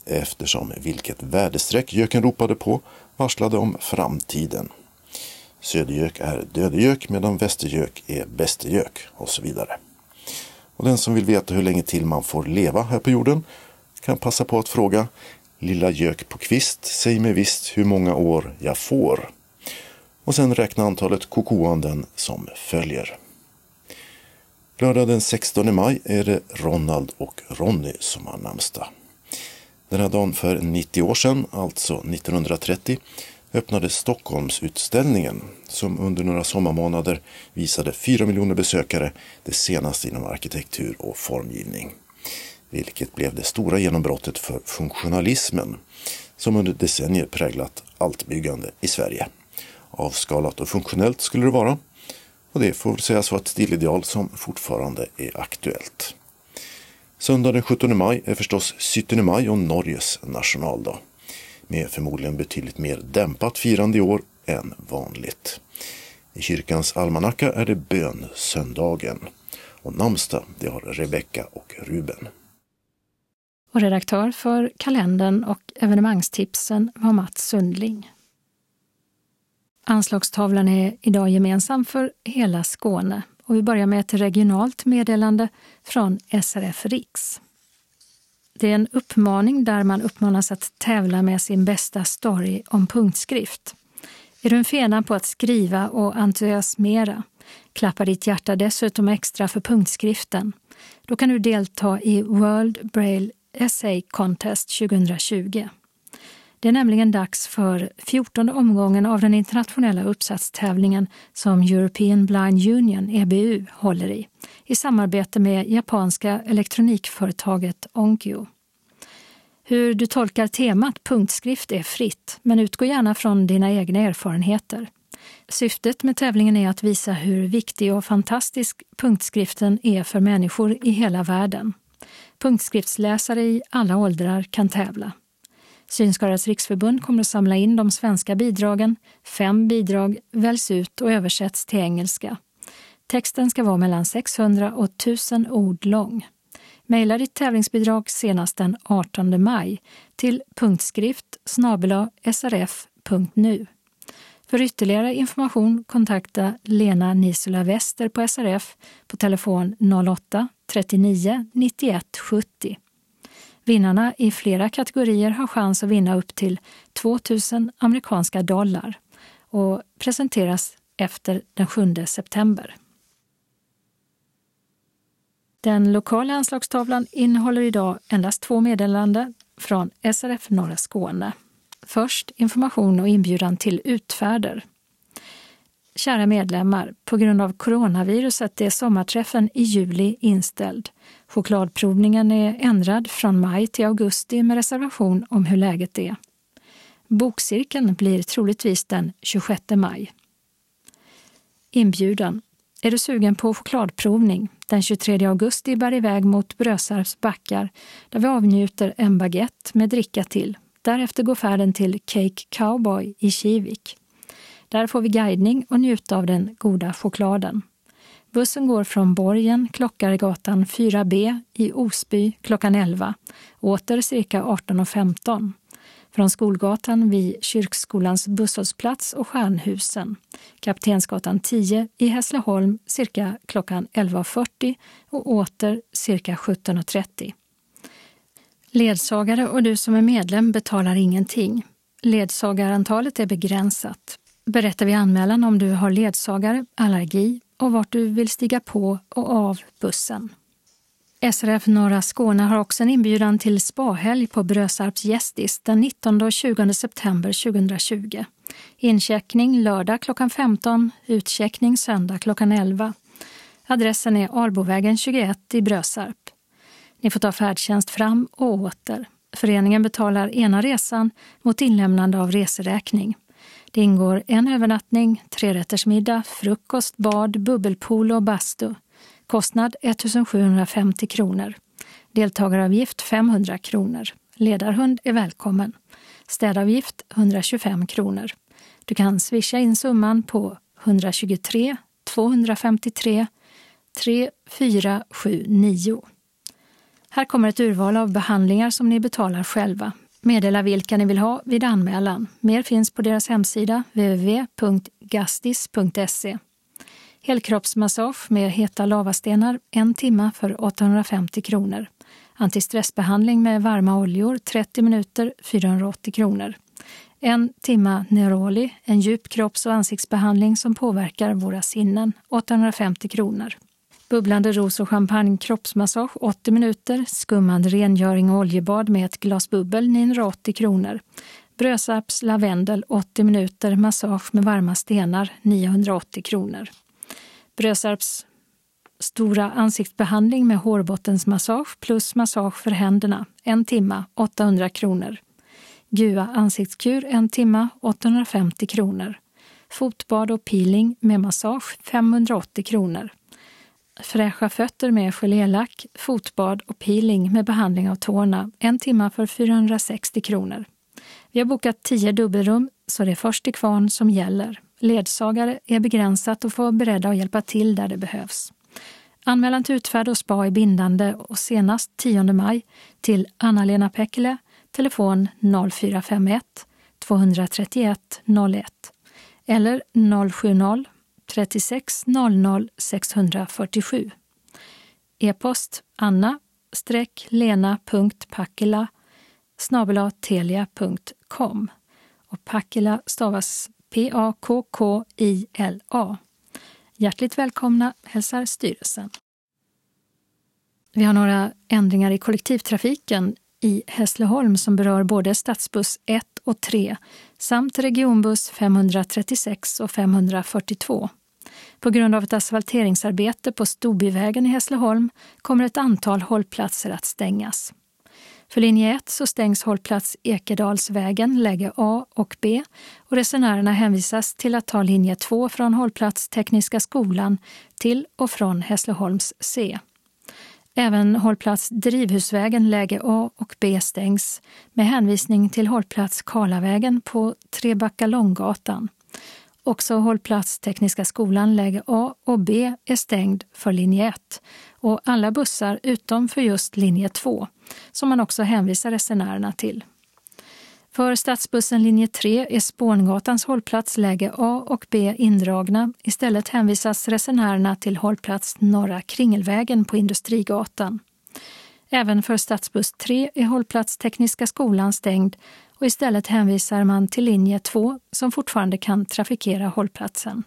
eftersom vilket väderstreck göken ropade på varslade om framtiden. Södergök är dödegök medan västergök är bästegök och så vidare. Och den som vill veta hur länge till man får leva här på jorden kan passa på att fråga: lilla gök på kvist, säg mig visst hur många år jag får. Och sen räkna antalet kokoanden som följer. Lördag den sextonde maj är det Ronald och Ronny som har namnsdag. Den här dagen för nittio år sedan, alltså nittonhundratrettio, öppnade Stockholmsutställningen som under några sommarmånader visade fyra miljoner besökare, det senaste inom arkitektur och formgivning. Vilket blev det stora genombrottet för funktionalismen som under decennier präglat allt byggande i Sverige. Avskalat och funktionellt skulle det vara, och det får sägas vara ett stilideal som fortfarande är aktuellt. Söndag den sjuttonde maj är förstås syttende maj och Norges nationaldag, med förmodligen betydligt mer dämpat firande i år än vanligt. I kyrkans almanacka är det bönsöndagen, och namnsdag det har Rebecka och Ruben. Och redaktör för kalendern och evenemangstipsen var Mats Sundling. Anslagstavlan är idag gemensam för hela Skåne, och vi börjar med ett regionalt meddelande från S R F Riks. Det är en uppmaning där man uppmanas att tävla med sin bästa story om punktskrift. Är du en fena på att skriva och entusiasmera? Klappar ditt hjärta dessutom extra för punktskriften? Då kan du delta i World Braille Essay Contest tjugohundratjugo. Det är nämligen dags för fjortonde omgången av den internationella uppsatstävlingen som European Blind Union, E B U, håller i, i samarbete med japanska elektronikföretaget Onkyo. Hur du tolkar temat punktskrift är fritt, men utgå gärna från dina egna erfarenheter. Syftet med tävlingen är att visa hur viktig och fantastisk punktskriften är för människor i hela världen. Punktskriftsläsare i alla åldrar kan tävla. Synskadades riksförbund kommer att samla in de svenska bidragen. Fem bidrag väljs ut och översätts till engelska. Texten ska vara mellan sexhundra och tusen ord lång. Maila ditt tävlingsbidrag senast den artonde maj till punktskrift snabel-a s r f punkt n u. För ytterligare information kontakta Lena Nisola Wester på S R F på telefon noll åtta trettionio nittioett sjuttio. Vinnarna i flera kategorier har chans att vinna upp till tvåtusen amerikanska dollar och presenteras efter den sjunde september. Den lokala anslagstavlan innehåller idag endast två meddelanden från S R F Norra Skåne. Först information och inbjudan till utfärder. Kära medlemmar, på grund av coronaviruset är sommarträffen i juli inställd. Chokladprovningen är ändrad från maj till augusti med reservation om hur läget är. Bokcirkeln blir troligtvis den tjugosjätte maj. Inbjudan. Är du sugen på chokladprovning? Den tjugotredje augusti bär iväg mot Brösarps backar där vi avnjuter en baguette med dricka till. Därefter går färden till Cake Cowboy i Kivik. Där får vi guidning och njuta av den goda chokladen. Bussen går från Borgen, Klockaregatan fyra B i Osby klockan elva, åter cirka arton och femton. Från Skolgatan vid Kyrkskolans busshållplats och Stjärnhusen. Kaptensgatan tio i Hässleholm cirka klockan elva och fyrtio och åter cirka sjutton och trettio. Ledsagare och du som är medlem betalar ingenting. Ledsagarantalet är begränsat. Berätta vid anmälan om du har ledsagare, allergi och vart du vill stiga på och av bussen. S R F Norra Skåne har också en inbjudan till spahelg på Brösarps Gästis den nittonde och tjugonde september tjugohundratjugo. Incheckning lördag klockan femton, utcheckning söndag klockan elva. Adressen är Arbovägen tjugoett i Brösarp. Ni får ta färdtjänst fram och åter. Föreningen betalar ena resan mot inlämnande av reseräkning. Det ingår en övernattning, trerättersmiddag, frukost, bad, bubbelpool och bastu. Kostnad ettusensjuhundrafemtio kronor. Deltagaravgift femhundra kronor. Ledarhund är välkommen. Städavgift etthundratjugofem kronor. Du kan swisha in summan på ett två två fem tre tre fyra sju nio. Här kommer ett urval av behandlingar som ni betalar själva. Meddela vilka ni vill ha vid anmälan. Mer finns på deras hemsida w w w punkt gastis punkt se. Helkroppsmassage med heta lavastenar, en timma för åttahundrafemtio kronor. Antistressbehandling med varma oljor, trettio minuter, fyrahundraåttio kronor. En timma Neroli, en djup kropps- och ansiktsbehandling som påverkar våra sinnen, åttahundrafemtio kronor. Bubblande ros- och champagne kroppsmassage, åttio minuter. Skummande rengöring och oljebad med ett glas bubbel, niohundraåttio kronor. Brösaps lavendel, åttio minuter. Massage med varma stenar, niohundraåttio kronor. Brösarps stora ansiktsbehandling med hårbottensmassage plus massage för händerna, en timma, åttahundra kronor. Gua ansiktskur, en timma, åttahundrafemtio kronor. Fotbad och peeling med massage, femhundraåttio kronor. Fräscha fötter med gelélack, fotbad och peeling med behandling av tårna, en timma för fyrahundrasextio kronor. Vi har bokat tio dubbelrum, så det är först till kvarn som gäller. Ledsagare är begränsat och får beredda att hjälpa till där det behövs. Anmälan till utfärd och spa är bindande och senast tionde maj till Anna-Lena Pekkele, telefon noll fyra fem ett två tre ett noll ett eller noll sju noll trettiosex noll noll sexhundrafyrtiosju. E-post anna-lena.pakkela snabel-a telia punkt com och Pakkela stavas P A K K I L A. Hjärtligt välkomna hälsar styrelsen. Vi har några ändringar i kollektivtrafiken i Hässleholm som berör både stadsbuss ett och tre samt regionbuss femhundratrettiosex och femhundrafyrtiotvå. På grund av ett asfalteringsarbete på Storbyvägen i Hässleholm kommer ett antal hållplatser att stängas. För linje ett så stängs hållplats Ekedalsvägen, läge A och B och resenärerna hänvisas till att ta linje två från hållplats Tekniska skolan till och från Hässleholms C. Även hållplats Drivhusvägen, läge A och B stängs med hänvisning till hållplats Karlavägen på Trebacka Långgatan. Också hållplats Tekniska skolan, läge A och B är stängd för linje ett och alla bussar utom för just linje två som man också hänvisar resenärerna till. För stadsbussen linje tre är Spångatans hållplats läge A och B indragna. Istället hänvisas resenärerna till hållplats Norra Kringelvägen på Industrigatan. Även för stadsbuss tre är hållplats Tekniska skolan stängd och istället hänvisar man till linje två som fortfarande kan trafikera hållplatsen.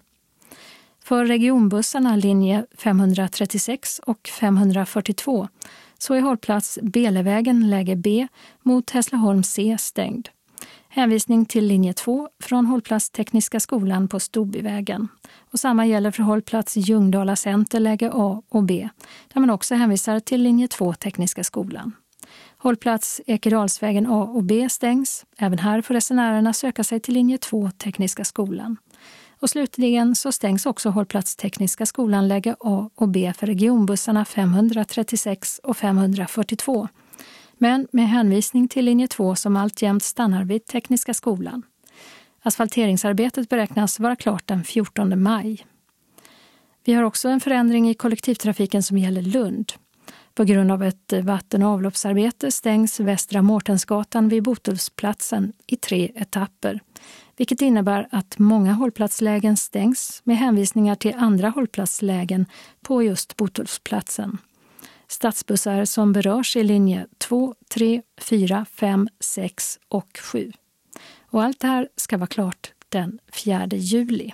För regionbussarna linje femhundratrettiosex och femhundrafyrtiotvå så är hållplats Belevägen läge B mot Hässleholm C stängd. Hänvisning till linje två från hållplats Tekniska skolan på Storbyvägen. Och samma gäller för hållplats Ljungdala center läge A och B där man också hänvisar till linje två Tekniska skolan. Hållplats Ekedalsvägen A och B stängs. Även här får resenärerna söka sig till linje två Tekniska skolan. Och slutligen så stängs också hållplats Tekniska skolan läge A och B för regionbussarna femhundratrettiosex och femhundrafyrtiotvå. Men med hänvisning till linje två som alltjämt stannar vid Tekniska skolan. Asfalteringsarbetet beräknas vara klart den fjortonde maj. Vi har också en förändring i kollektivtrafiken som gäller Lund. På grund av ett vatten- och avloppsarbete stängs Västra Mårtensgatan vid Botulfsplatsen i tre etapper. Vilket innebär att många hållplatslägen stängs med hänvisningar till andra hållplatslägen på just Botulfsplatsen. Stadsbussar som berörs i linje två, tre, fyra, fem, sex och sju. Och allt det här ska vara klart den fjärde juli.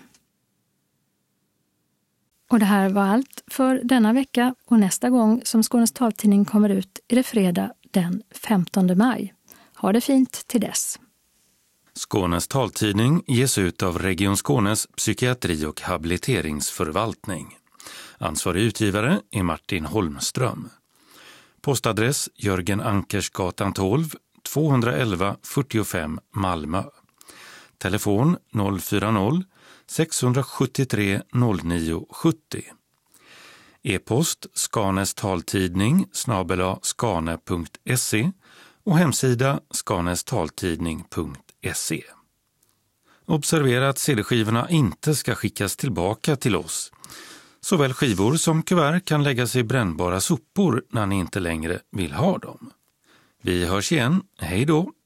Och det här var allt för denna vecka och nästa gång som Skånes taltidning kommer ut är det fredag den femtonde maj. Ha det fint till dess. Skånes taltidning ges ut av Region Skånes psykiatri- och habiliteringsförvaltning. Ansvarig utgivare är Martin Holmström. Postadress Jörgen Ankersgatan tolv, tvåhundraelva fyrtiofem Malmö. Telefon noll fyra noll sex sju tre noll nio sju noll. E-post Skanes taltidning snabel-a skane punkt se och hemsida skanestaltidning punkt se. Observera att C D-skivorna inte ska skickas tillbaka till oss. Såväl skivor som kuvert kan läggas i brännbara sopor när ni inte längre vill ha dem. Vi hörs igen. Hej då!